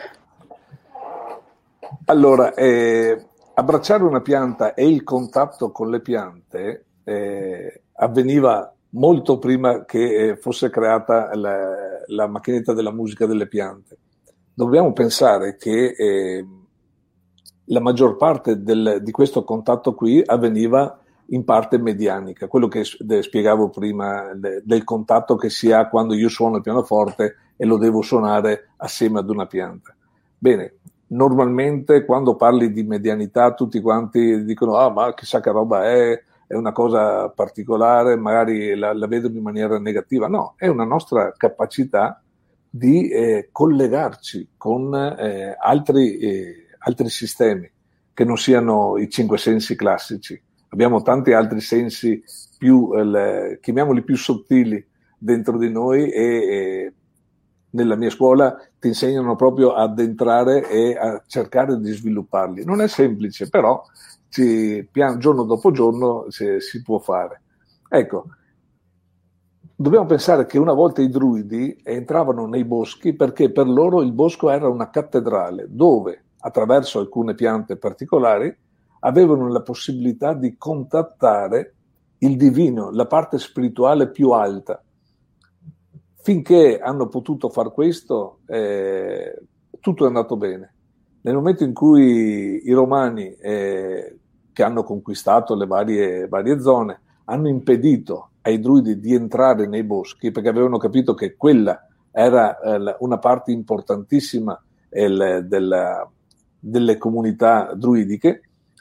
Allora, abbracciare una pianta e il contatto con le piante avveniva molto prima che fosse creata la macchinetta della musica delle piante. Dobbiamo pensare che la maggior parte di questo contatto qui avveniva in parte medianica, quello che spiegavo prima del contatto che si ha quando io suono il pianoforte e lo devo suonare assieme ad una pianta. Bene, normalmente quando parli di medianità tutti quanti dicono ma chissà che roba è una cosa particolare, magari la vedono in maniera negativa. No, è una nostra capacità di collegarci con altri sistemi che non siano i 5 sensi classici. Abbiamo tanti altri sensi chiamiamoli più sottili dentro di noi, e nella mia scuola ti insegnano proprio ad entrare e a cercare di svilupparli. Non è semplice, però giorno dopo giorno si può fare. Ecco, dobbiamo pensare che una volta i druidi entravano nei boschi perché per loro il bosco era una cattedrale dove, attraverso alcune piante particolari, avevano la possibilità di contattare il divino, la parte spirituale più alta. Finché hanno potuto far questo, tutto è andato bene. Nel momento in cui i romani, che hanno conquistato le varie zone, hanno impedito ai druidi di entrare nei boschi, perché avevano capito che quella era una parte importantissima delle comunità druidiche,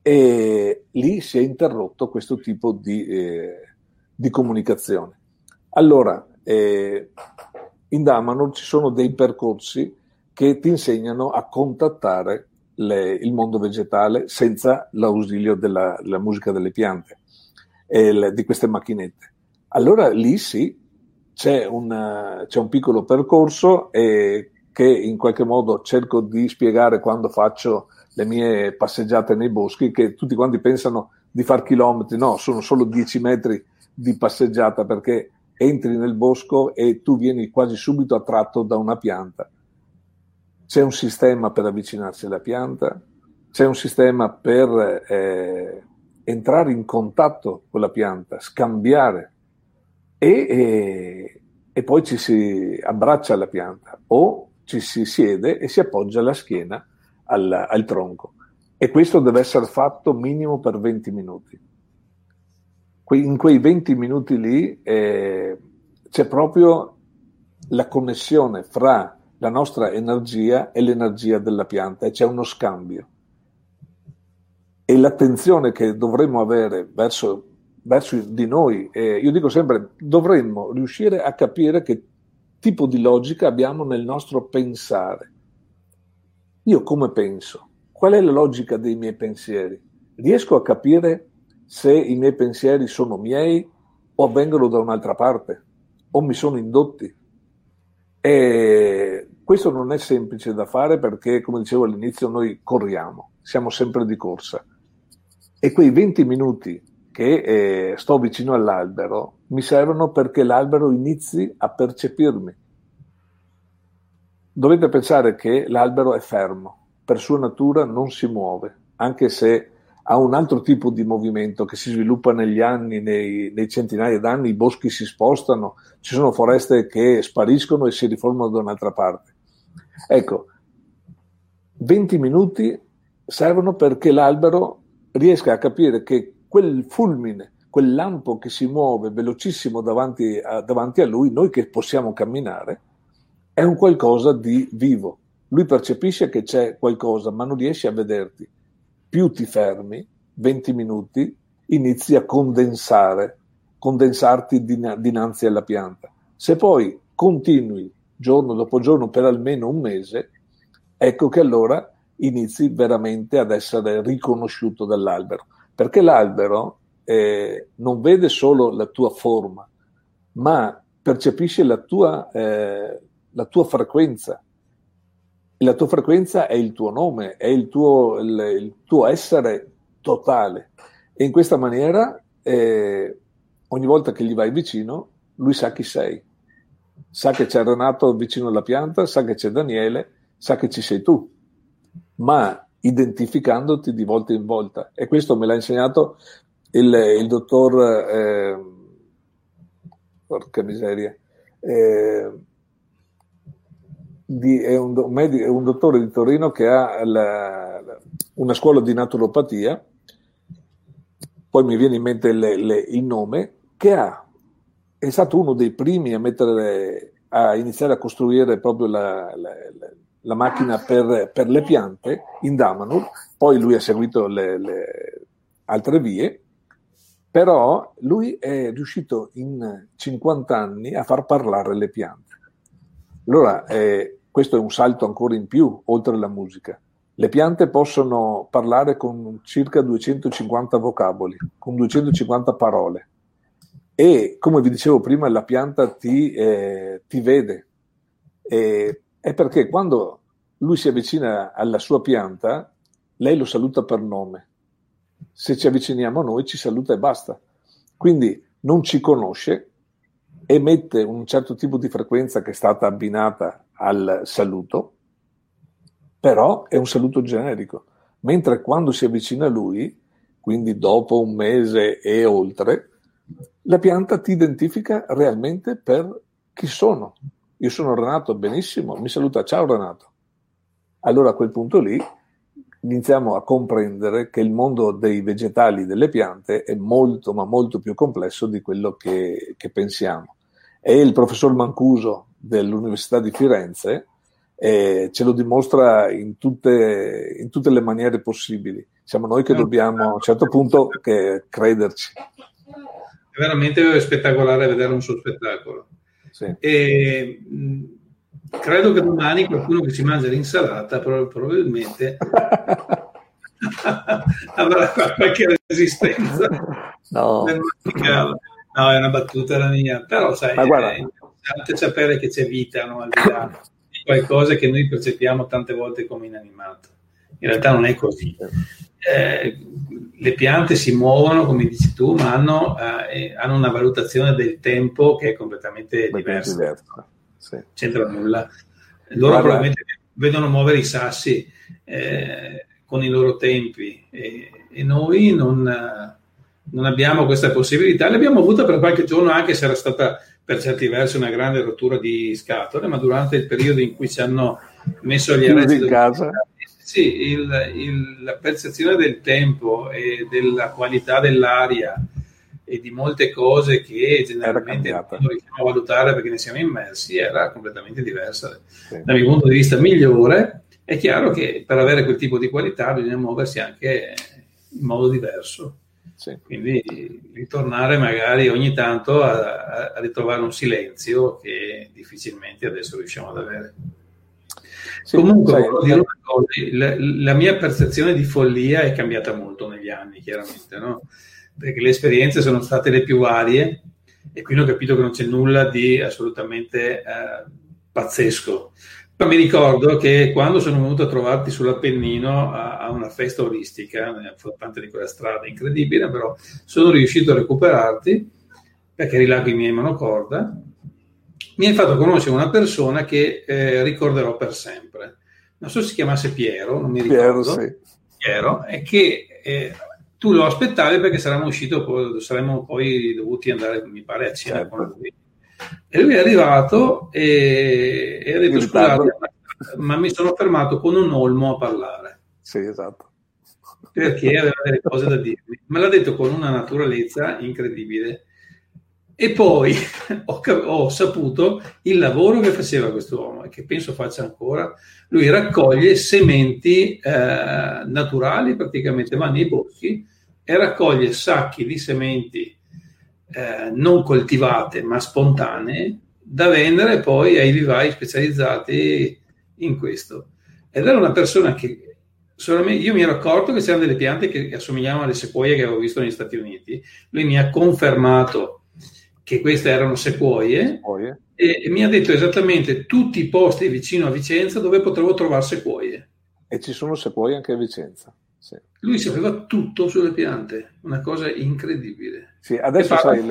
e lì si è interrotto questo tipo di comunicazione. Allora, in Damanhur ci sono dei percorsi che ti insegnano a contattare il mondo vegetale senza l'ausilio della musica delle piante e di queste macchinette. Allora lì sì, c'è un piccolo percorso che in qualche modo cerco di spiegare quando faccio le mie passeggiate nei boschi, che tutti quanti pensano di far chilometri. No, sono solo 10 metri di passeggiata, perché entri nel bosco e tu vieni quasi subito attratto da una pianta. C'è un sistema per avvicinarsi alla pianta, c'è un sistema per entrare in contatto con la pianta, scambiare, e poi ci si abbraccia alla pianta o ci si siede e si appoggia la schiena al tronco. E questo deve essere fatto minimo per 20 minuti. In quei 20 minuti lì c'è proprio la connessione fra la nostra energia e l'energia della pianta, e c'è uno scambio. E l'attenzione che dovremmo avere verso di noi, io dico sempre, dovremmo riuscire a capire che tipo di logica abbiamo nel nostro pensare. Io come penso? Qual è la logica dei miei pensieri? Riesco a capire se i miei pensieri sono miei o avvengono da un'altra parte, o mi sono indotti. E questo non è semplice da fare, perché, come dicevo all'inizio, noi corriamo, siamo sempre di corsa. E quei 20 minuti che sto vicino all'albero mi servono perché l'albero inizi a percepirmi. Dovete pensare che l'albero è fermo, per sua natura non si muove, anche se ha un altro tipo di movimento che si sviluppa negli anni, nei centinaia d'anni. I boschi si spostano, ci sono foreste che spariscono e si riformano da un'altra parte. Ecco, 20 minuti servono perché l'albero riesca a capire che quel fulmine, quel lampo che si muove velocissimo davanti a lui, noi che possiamo camminare, è un qualcosa di vivo. Lui percepisce che c'è qualcosa, ma non riesce a vederti. Più ti fermi, 20 minuti, inizi a condensarti dinanzi alla pianta. Se poi continui giorno dopo giorno per almeno un mese, ecco che allora inizi veramente ad essere riconosciuto dall'albero, perché l'albero non vede solo la tua forma, ma percepisce la tua frequenza. La tua frequenza è il tuo nome, è il tuo essere totale. E in questa maniera, ogni volta che gli vai vicino, lui sa chi sei. Sa che c'è Renato vicino alla pianta, sa che c'è Daniele, sa che ci sei tu, ma identificandoti di volta in volta. E questo me l'ha insegnato il dottor, porca miseria, è un dottore di Torino che ha una scuola di naturopatia, poi mi viene in mente il nome, è stato uno dei primi a iniziare a costruire proprio la macchina per le piante in Damanhur. Poi lui ha seguito le altre vie, però lui è riuscito in 50 anni a far parlare le piante. Allora, questo è un salto ancora in più, oltre alla musica. Le piante possono parlare con circa 250 vocaboli, con 250 parole. E, come vi dicevo prima, la pianta ti vede. È perché quando lui si avvicina alla sua pianta, lei lo saluta per nome. Se ci avviciniamo a noi, ci saluta e basta. Quindi non ci conosce, emette un certo tipo di frequenza che è stata abbinata al saluto, però è un saluto generico. Mentre quando si avvicina a lui, quindi dopo un mese e oltre, la pianta ti identifica realmente per chi sono. Io sono Renato, benissimo, mi saluta, ciao Renato. Allora a quel punto lì iniziamo a comprendere che il mondo dei vegetali, delle piante, è molto ma molto più complesso di quello che pensiamo. E il professor Mancuso dell'Università di Firenze ce lo dimostra in tutte le maniere possibili. Siamo noi che dobbiamo a un certo punto crederci. È veramente spettacolare vedere un suo spettacolo. Sì. E credo che domani qualcuno che si mangia l'insalata probabilmente avrà qualche resistenza. No, è una battuta la mia, però sai, è interessante sapere che c'è vita, no, al di là di qualcosa che noi percepiamo tante volte come inanimato. In realtà non è così. Le piante si muovono, come dici tu, ma hanno una valutazione del tempo che è completamente diversa. Sì. C'entra nulla. Loro probabilmente vedono muovere i sassi con i loro tempi e noi non abbiamo questa possibilità. L'abbiamo avuta per qualche giorno, anche se era stata per certi versi una grande rottura di scatole, ma durante il periodo in cui ci hanno messo gli arresti in casa. Sì, la percezione del tempo e della qualità dell'aria e di molte cose che generalmente non riusciamo a valutare perché ne siamo immersi era completamente diversa. Sì. Dal mio punto di vista migliore. È chiaro che per avere quel tipo di qualità bisogna muoversi anche in modo diverso. Sì. Quindi ritornare magari ogni tanto a ritrovare un silenzio che difficilmente adesso riusciamo ad avere. Sì, comunque voglio dire una cosa, la mia percezione di follia è cambiata molto negli anni, chiaramente, no? Perché le esperienze sono state le più varie e quindi ho capito che non c'è nulla di assolutamente pazzesco. Ma mi ricordo che quando sono venuto a trovarti sull'Appennino a una festa olistica, tante di quella strada incredibile, però sono riuscito a recuperarti perché eri là con i miei monocorda. Mi hai fatto conoscere una persona che ricorderò per sempre. Non so se si chiamasse Piero, non mi ricordo. Piero, e che tu lo aspettavi perché saremmo poi dovuti andare, mi pare, a cena con lui. E lui è arrivato e ha detto: scusate, ma mi sono fermato con un olmo a parlare. Sì, esatto. Perché aveva delle cose da dirmi. Me l'ha detto con una naturalezza incredibile. E poi ho saputo il lavoro che faceva quest'uomo e che penso faccia ancora. Lui raccoglie sementi naturali, praticamente va nei boschi e raccoglie sacchi di sementi non coltivate ma spontanee da vendere poi ai vivai specializzati in questo. Ed era una persona che io mi ero accorto che c'erano delle piante che assomigliavano alle sequoie che avevo visto negli Stati Uniti. Lui mi ha confermato che queste erano sequoie e mi ha detto esattamente tutti i posti vicino a Vicenza dove potevo trovare sequoie. E ci sono sequoie anche a Vicenza. Sì. Lui sapeva tutto sulle piante, una cosa incredibile. Sì, adesso sai,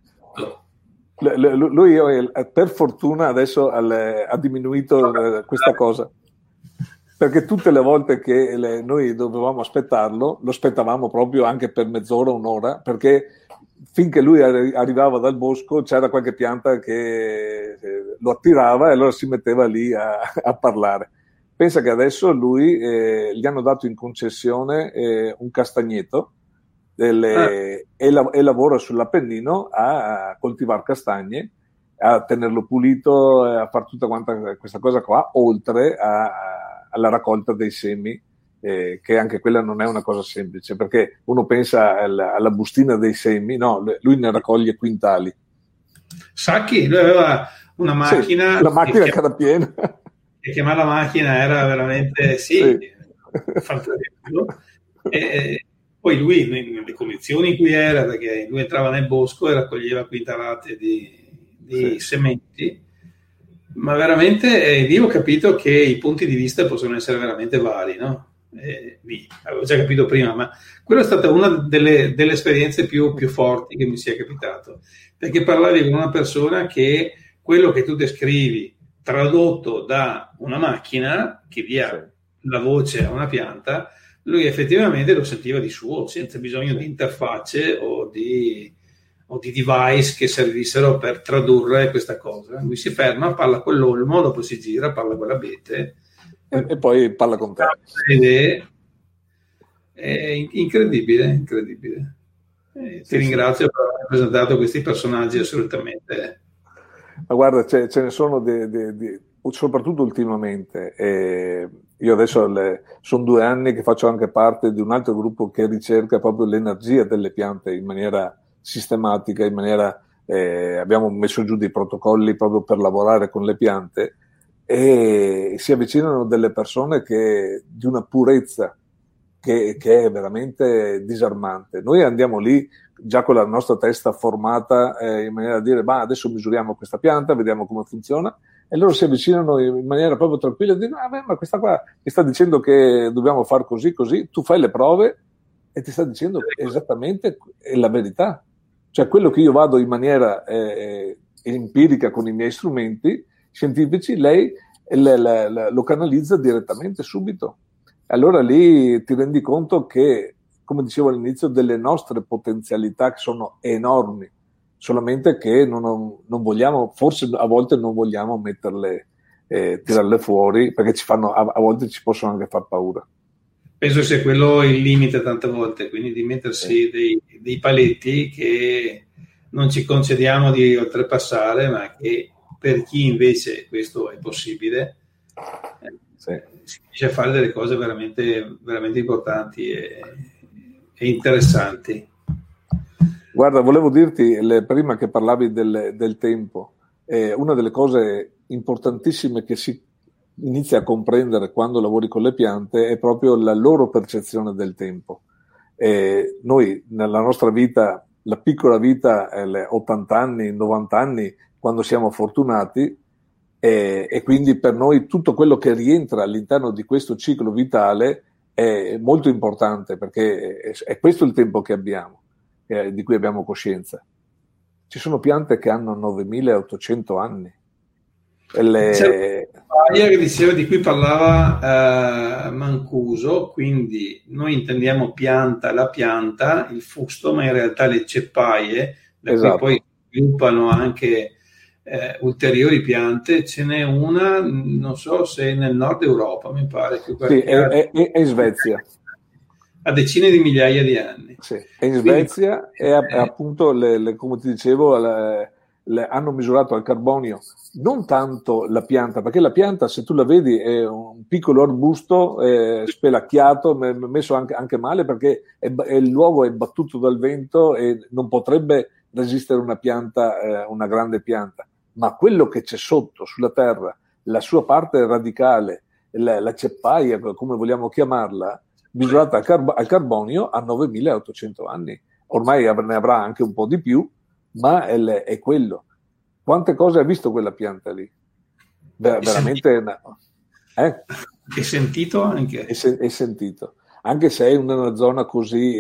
lui per fortuna adesso ha diminuito questa cosa, perché tutte le volte che noi dovevamo aspettarlo, lo aspettavamo proprio anche per mezz'ora, un'ora, perché finché lui arrivava dal bosco c'era qualche pianta che lo attirava e allora si metteva lì a parlare. Pensa che adesso lui gli hanno dato in concessione un castagneto e lavora sull'Appennino a coltivare castagne, a tenerlo pulito, a fare tutta quanta questa cosa qua, oltre alla raccolta dei semi, che anche quella non è una cosa semplice, perché uno pensa alla bustina dei semi, no, lui ne raccoglie quintali. Sacchi, lui aveva una macchina. Sì, la macchina che era piena. E chiamare la macchina era veramente fantastico. E poi lui, nelle condizioni in cui era, perché lui entrava nel bosco e raccoglieva quintalate di sementi, ma veramente io ho capito che i punti di vista possono essere veramente vari, no? Avevo già capito prima, ma quella è stata una delle esperienze più forti che mi sia capitato, perché parlavi con una persona che quello che tu descrivi tradotto da una macchina che dia la voce a una pianta, lui effettivamente lo sentiva di suo, senza bisogno di interfacce o di device che servissero per tradurre questa cosa. Lui si ferma, parla con l'olmo, dopo si gira, parla con l'abete e poi parla con te. È incredibile. Ti ringrazio per aver presentato questi personaggi assolutamente. Ma guarda, ce ne sono soprattutto ultimamente. Io adesso sono 2 anni che faccio anche parte di un altro gruppo che ricerca proprio l'energia delle piante in maniera sistematica, abbiamo messo giù dei protocolli proprio per lavorare con le piante, e si avvicinano delle persone di una purezza che è veramente disarmante. Noi andiamo lì già con la nostra testa formata in maniera da dire: adesso misuriamo questa pianta, vediamo come funziona, e loro si avvicinano in maniera proprio tranquilla e dicono: ma questa qua mi sta dicendo che dobbiamo fare così, tu fai le prove e ti sta dicendo esattamente la verità. Cioè, quello che io vado in maniera empirica con i miei strumenti scientifici, lei lo canalizza direttamente subito. Allora lì ti rendi conto che, come dicevo all'inizio, delle nostre potenzialità che sono enormi, solamente che non vogliamo, forse a volte non vogliamo metterle, tirarle fuori, perché a volte ci possono anche far paura. Penso sia quello il limite tante volte, quindi di mettersi dei paletti che non ci concediamo di oltrepassare, ma che per chi invece questo è possibile, si riesce a fare delle cose veramente, veramente importanti e interessanti. Guarda, volevo dirti, prima che parlavi del tempo, una delle cose importantissime che si inizia a comprendere quando lavori con le piante è proprio la loro percezione del tempo. Noi nella nostra vita, la piccola vita, 80 anni, 90 anni, quando siamo fortunati, e quindi per noi tutto quello che rientra all'interno di questo ciclo vitale è molto importante, perché è questo il tempo che abbiamo, di cui abbiamo coscienza. Ci sono piante che hanno 9800 anni. C'è che diceva, di cui parlava Mancuso, quindi noi intendiamo la pianta, il fusto, ma in realtà le ceppaie, da cui poi sviluppano anche ulteriori piante. Ce n'è una, non so se nel nord Europa, mi pare che è in Svezia, a decine di migliaia di anni. Sì, è in Svezia. E appunto, come ti dicevo, hanno misurato al carbonio non tanto la pianta, perché la pianta, se tu la vedi, è un piccolo arbusto spelacchiato, messo anche male, perché l'uovo è battuto dal vento e non potrebbe resistere una pianta, una grande pianta. Ma quello che c'è sotto, sulla terra, la sua parte radicale, la ceppaia, come vogliamo chiamarla, misurata al carbonio, ha 9800 anni. Ormai ne avrà anche un po' di più, ma è quello. Quante cose ha visto quella pianta lì? Veramente. È sentito anche? È sentito. Anche se è in una zona così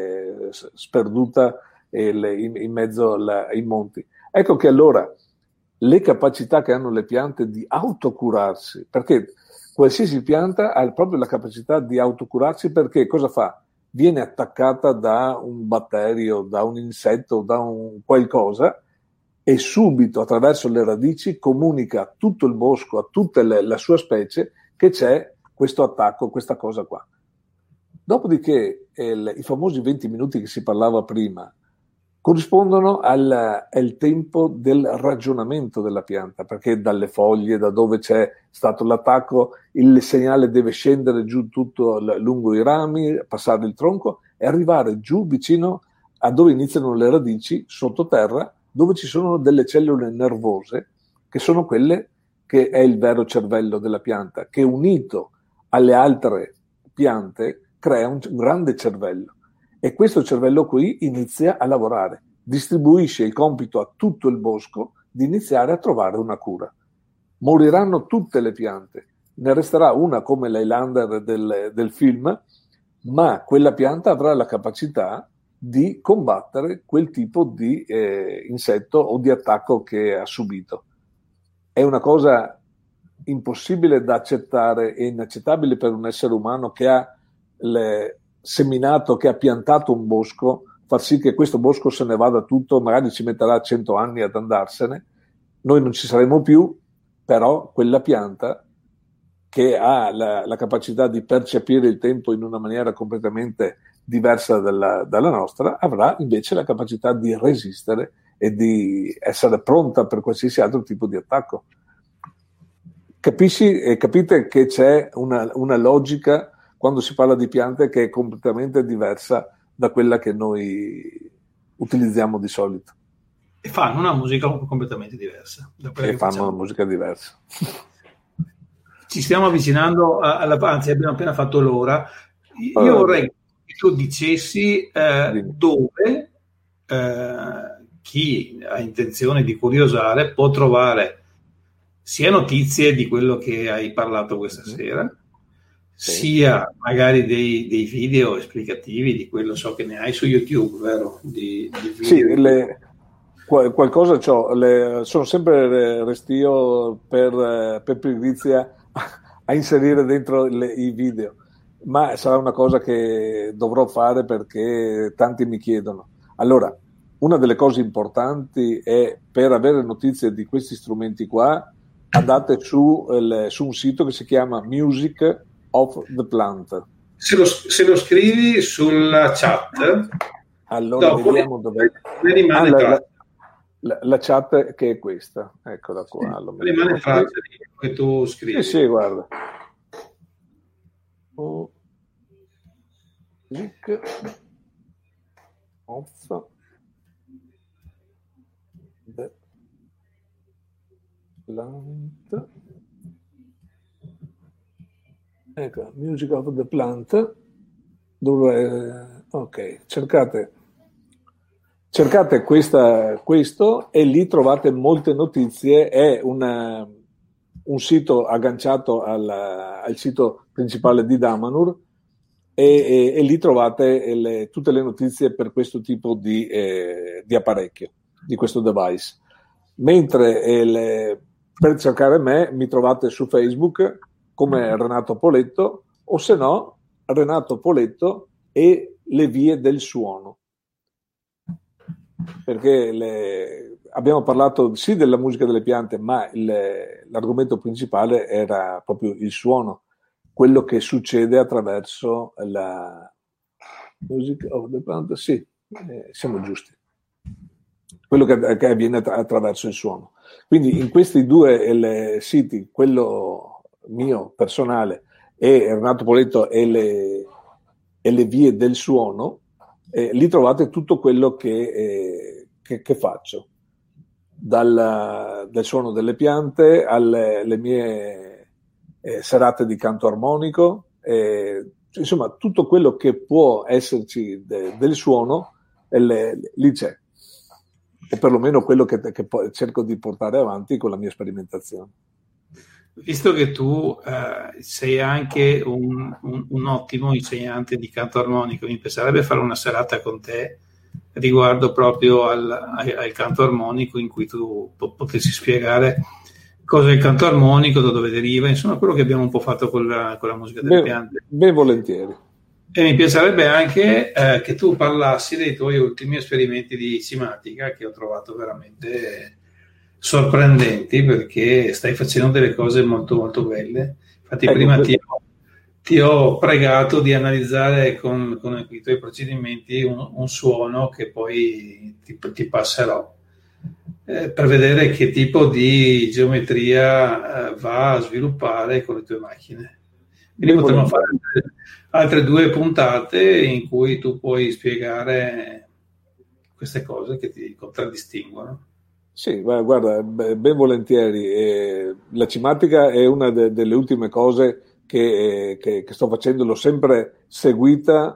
sperduta in mezzo ai monti. Ecco che allora le capacità che hanno le piante di autocurarsi, perché qualsiasi pianta ha proprio la capacità di autocurarsi, perché cosa fa? Viene attaccata da un batterio, da un insetto, da un qualcosa, e subito attraverso le radici comunica a tutto il bosco, a tutta la sua specie, che c'è questo attacco, questa cosa qua. Dopodiché i famosi 20 minuti che si parlava prima corrispondono al tempo del ragionamento della pianta, perché dalle foglie, da dove c'è stato l'attacco, il segnale deve scendere giù tutto lungo i rami, passare il tronco e arrivare giù vicino a dove iniziano le radici, sottoterra, dove ci sono delle cellule nervose, che sono quelle che è il vero cervello della pianta, che unito alle altre piante crea un grande cervello. E questo cervello qui inizia a lavorare, distribuisce il compito a tutto il bosco di iniziare a trovare una cura. Moriranno tutte le piante, ne resterà una come l'Highlander del film, ma quella pianta avrà la capacità di combattere quel tipo di insetto o di attacco che ha subito. È una cosa impossibile da accettare e inaccettabile per un essere umano che ha seminato, che ha piantato un bosco, far sì che questo bosco se ne vada tutto, magari ci metterà 100 anni ad andarsene, noi non ci saremo più, però quella pianta che ha la capacità di percepire il tempo in una maniera completamente diversa dalla nostra, avrà invece la capacità di resistere e di essere pronta per qualsiasi altro tipo di attacco. capite che c'è una logica quando si parla di piante che è completamente diversa da quella che noi utilizziamo di solito. E fanno una musica completamente diversa. E fanno una musica diversa. Ci stiamo avvicinando anzi abbiamo appena fatto l'ora. Io vorrei che tu dicessi dove chi ha intenzione di curiosare può trovare sia notizie di quello che hai parlato questa sera, sia magari dei video esplicativi di quello, so che ne hai su YouTube, vero? Di video. Sì, qualcosa c'ho, sono sempre restio per pigrizia a inserire dentro i video, ma sarà una cosa che dovrò fare perché tanti mi chiedono. Allora, una delle cose importanti è, per avere notizie di questi strumenti qua, andate su un sito che si chiama Music of the Plant. Se lo scrivi sulla chat, allora vediamo dove rimane la chat, che è questa, eccola qua. Sì, rimane traccia di che tu scrivi. Sì, guarda. Music of the Plant. Ecco, Music of the Plant. Ok, cercate questo e lì trovate molte notizie. È un sito agganciato al sito principale di Damanhur e lì trovate tutte le notizie per questo tipo di apparecchio, di questo device. Mentre per cercare me mi trovate su Facebook come Renato Poletto, o se no Renato Poletto e le vie del suono, perché abbiamo parlato sì della musica delle piante, ma l'argomento principale era proprio il suono, quello che succede attraverso la music of the plant. Sì, siamo giusti, quello che avviene attraverso il suono. Quindi in questi due siti, quello mio personale e Renato Poletto e le vie del suono, lì trovate tutto quello che faccio, dal suono delle piante alle mie serate di canto armonico, insomma tutto quello che può esserci del suono lì c'è, o perlomeno quello che cerco di portare avanti con la mia sperimentazione. Visto che tu sei anche un ottimo insegnante di canto armonico, mi piacerebbe fare una serata con te riguardo proprio al canto armonico, in cui tu potessi spiegare cosa è il canto armonico, da dove deriva, insomma quello che abbiamo un po' fatto con la musica delle piante. Ben volentieri. E mi piacerebbe anche che tu parlassi dei tuoi ultimi esperimenti di cimatica, che ho trovato veramente sorprendenti, perché stai facendo delle cose molto molto belle. Infatti prima ti ho pregato di analizzare con i tuoi procedimenti un suono che poi ti passerò per vedere che tipo di geometria va a sviluppare con le tue macchine. Quindi potremmo fare altre 2 puntate in cui tu puoi spiegare queste cose che ti contraddistinguono. Sì, guarda, ben volentieri. La cimatica è una delle ultime cose che sto facendo. L'ho sempre seguita,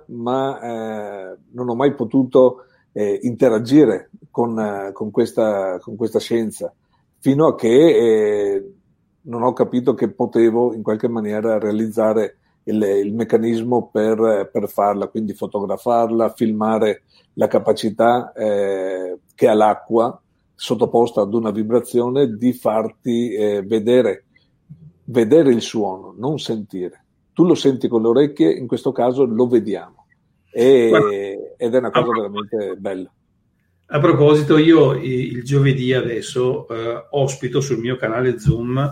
ma non ho mai potuto interagire con questa scienza, fino a che non ho capito che potevo in qualche maniera realizzare il meccanismo per farla, quindi fotografarla, filmare la capacità che ha l'acqua sottoposta ad una vibrazione di farti vedere il suono, non sentire. Tu lo senti con le orecchie, in questo caso lo vediamo, ed è una cosa veramente bella. A proposito, io il giovedì adesso ospito sul mio canale Zoom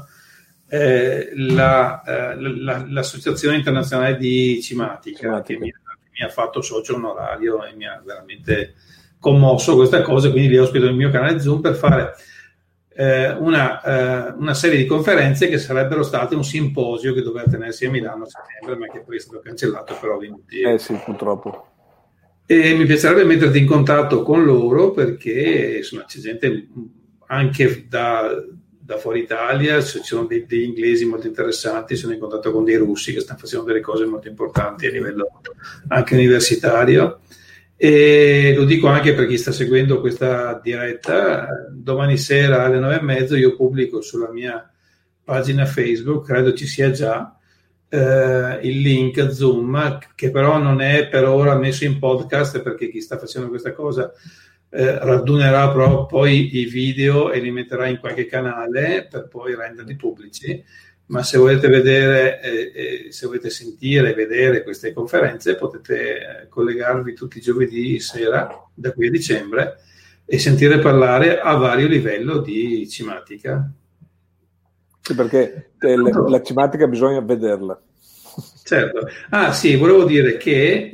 l'associazione internazionale di cimatica. Che mi ha fatto socio onorario e mi ha veramente commosso questa cosa, quindi li ospito nel mio canale Zoom per fare una serie di conferenze che sarebbero state un simposio che doveva tenersi a Milano a settembre, ma che poi è stato cancellato per ovvi motivi. Sì, purtroppo. E mi piacerebbe metterti in contatto con loro, perché insomma, c'è gente anche da fuori Italia, ci sono degli inglesi molto interessanti, sono in contatto con dei russi che stanno facendo delle cose molto importanti a livello anche universitario. E lo dico anche per chi sta seguendo questa diretta: domani sera alle 9:30 io pubblico sulla mia pagina Facebook, credo ci sia già, il link a Zoom, che però non è per ora messo in podcast, perché chi sta facendo questa cosa radunerà poi i video e li metterà in qualche canale per poi renderli pubblici. Ma se volete vedere, se volete sentire e vedere queste conferenze, potete collegarvi tutti i giovedì sera da qui a dicembre e sentire parlare a vario livello di cimatica. Sì, perché la cimatica bisogna vederla. Certo. Sì, volevo dire che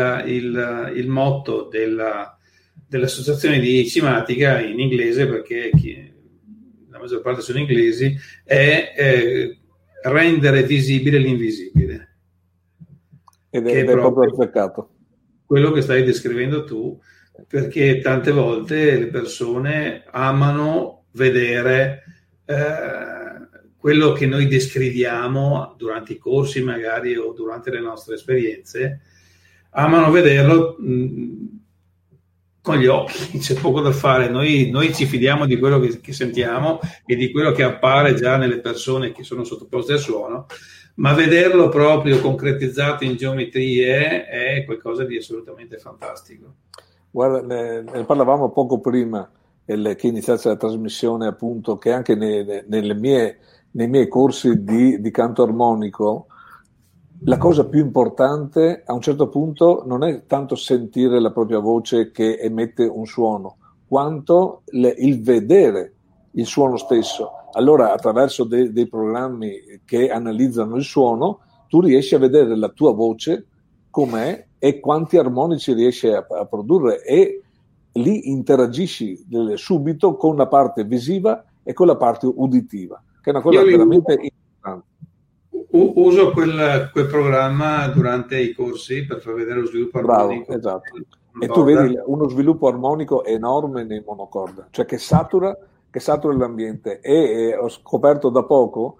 il motto dell'associazione di cimatica in inglese, perché la maggior parte sono inglesi, è rendere visibile l'invisibile. Ed è proprio il peccato. Quello che stai descrivendo tu, perché tante volte le persone amano vedere quello che noi descriviamo durante i corsi magari o durante le nostre esperienze, amano vederlo con gli occhi. C'è poco da fare, noi ci fidiamo di quello che sentiamo e di quello che appare già nelle persone che sono sottoposte al suono, ma vederlo proprio concretizzato in geometrie è qualcosa di assolutamente fantastico. Guarda, ne parlavamo poco prima che iniziasse la trasmissione, appunto, che anche nei miei corsi di canto armonico la cosa più importante a un certo punto non è tanto sentire la propria voce che emette un suono, quanto il vedere il suono stesso. Allora, attraverso dei programmi che analizzano il suono, tu riesci a vedere la tua voce com'è e quanti armonici riesci a produrre, e lì interagisci subito con la parte visiva e con la parte uditiva, che è una cosa veramente importante. Uso quel programma durante i corsi per far vedere lo sviluppo armonico. Bravo, esatto. E tu vedi uno sviluppo armonico enorme nei monocorda, cioè che satura l'ambiente. E ho scoperto da poco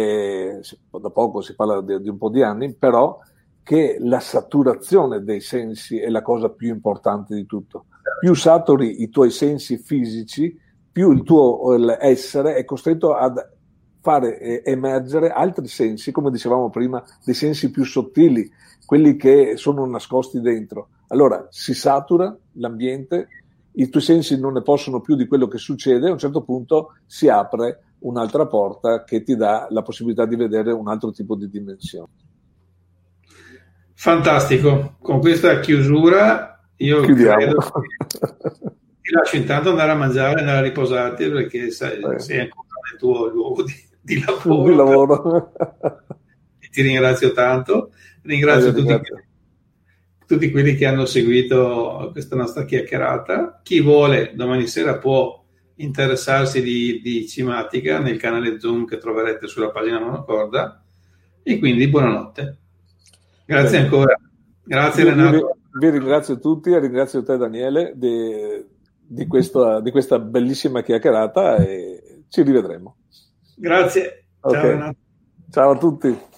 si parla di un po' di anni, però che la saturazione dei sensi è la cosa più importante di tutto. Più saturi i tuoi sensi fisici, più il tuo essere è costretto ad fare emergere altri sensi, come dicevamo prima, dei sensi più sottili, quelli che sono nascosti dentro. Allora si satura l'ambiente, i tuoi sensi non ne possono più di quello che succede, a un certo punto si apre un'altra porta che ti dà la possibilità di vedere un altro tipo di dimensione. Fantastico, con questa chiusura io credo che ti lascio intanto andare a mangiare, andare a riposarti, perché sei ancora nel tuo luogo di lavoro. E ti ringrazio tanto, ringrazio tutti quelli che hanno seguito questa nostra chiacchierata. Chi vuole domani sera può interessarsi di cimatica nel canale Zoom che troverete sulla pagina Monocorda, e quindi buonanotte. Grazie ancora. Grazie Renato. Vi ringrazio tutti e ringrazio te Daniele di questa bellissima chiacchierata, e ci rivedremo. Grazie. Ciao Renato. Ciao a tutti.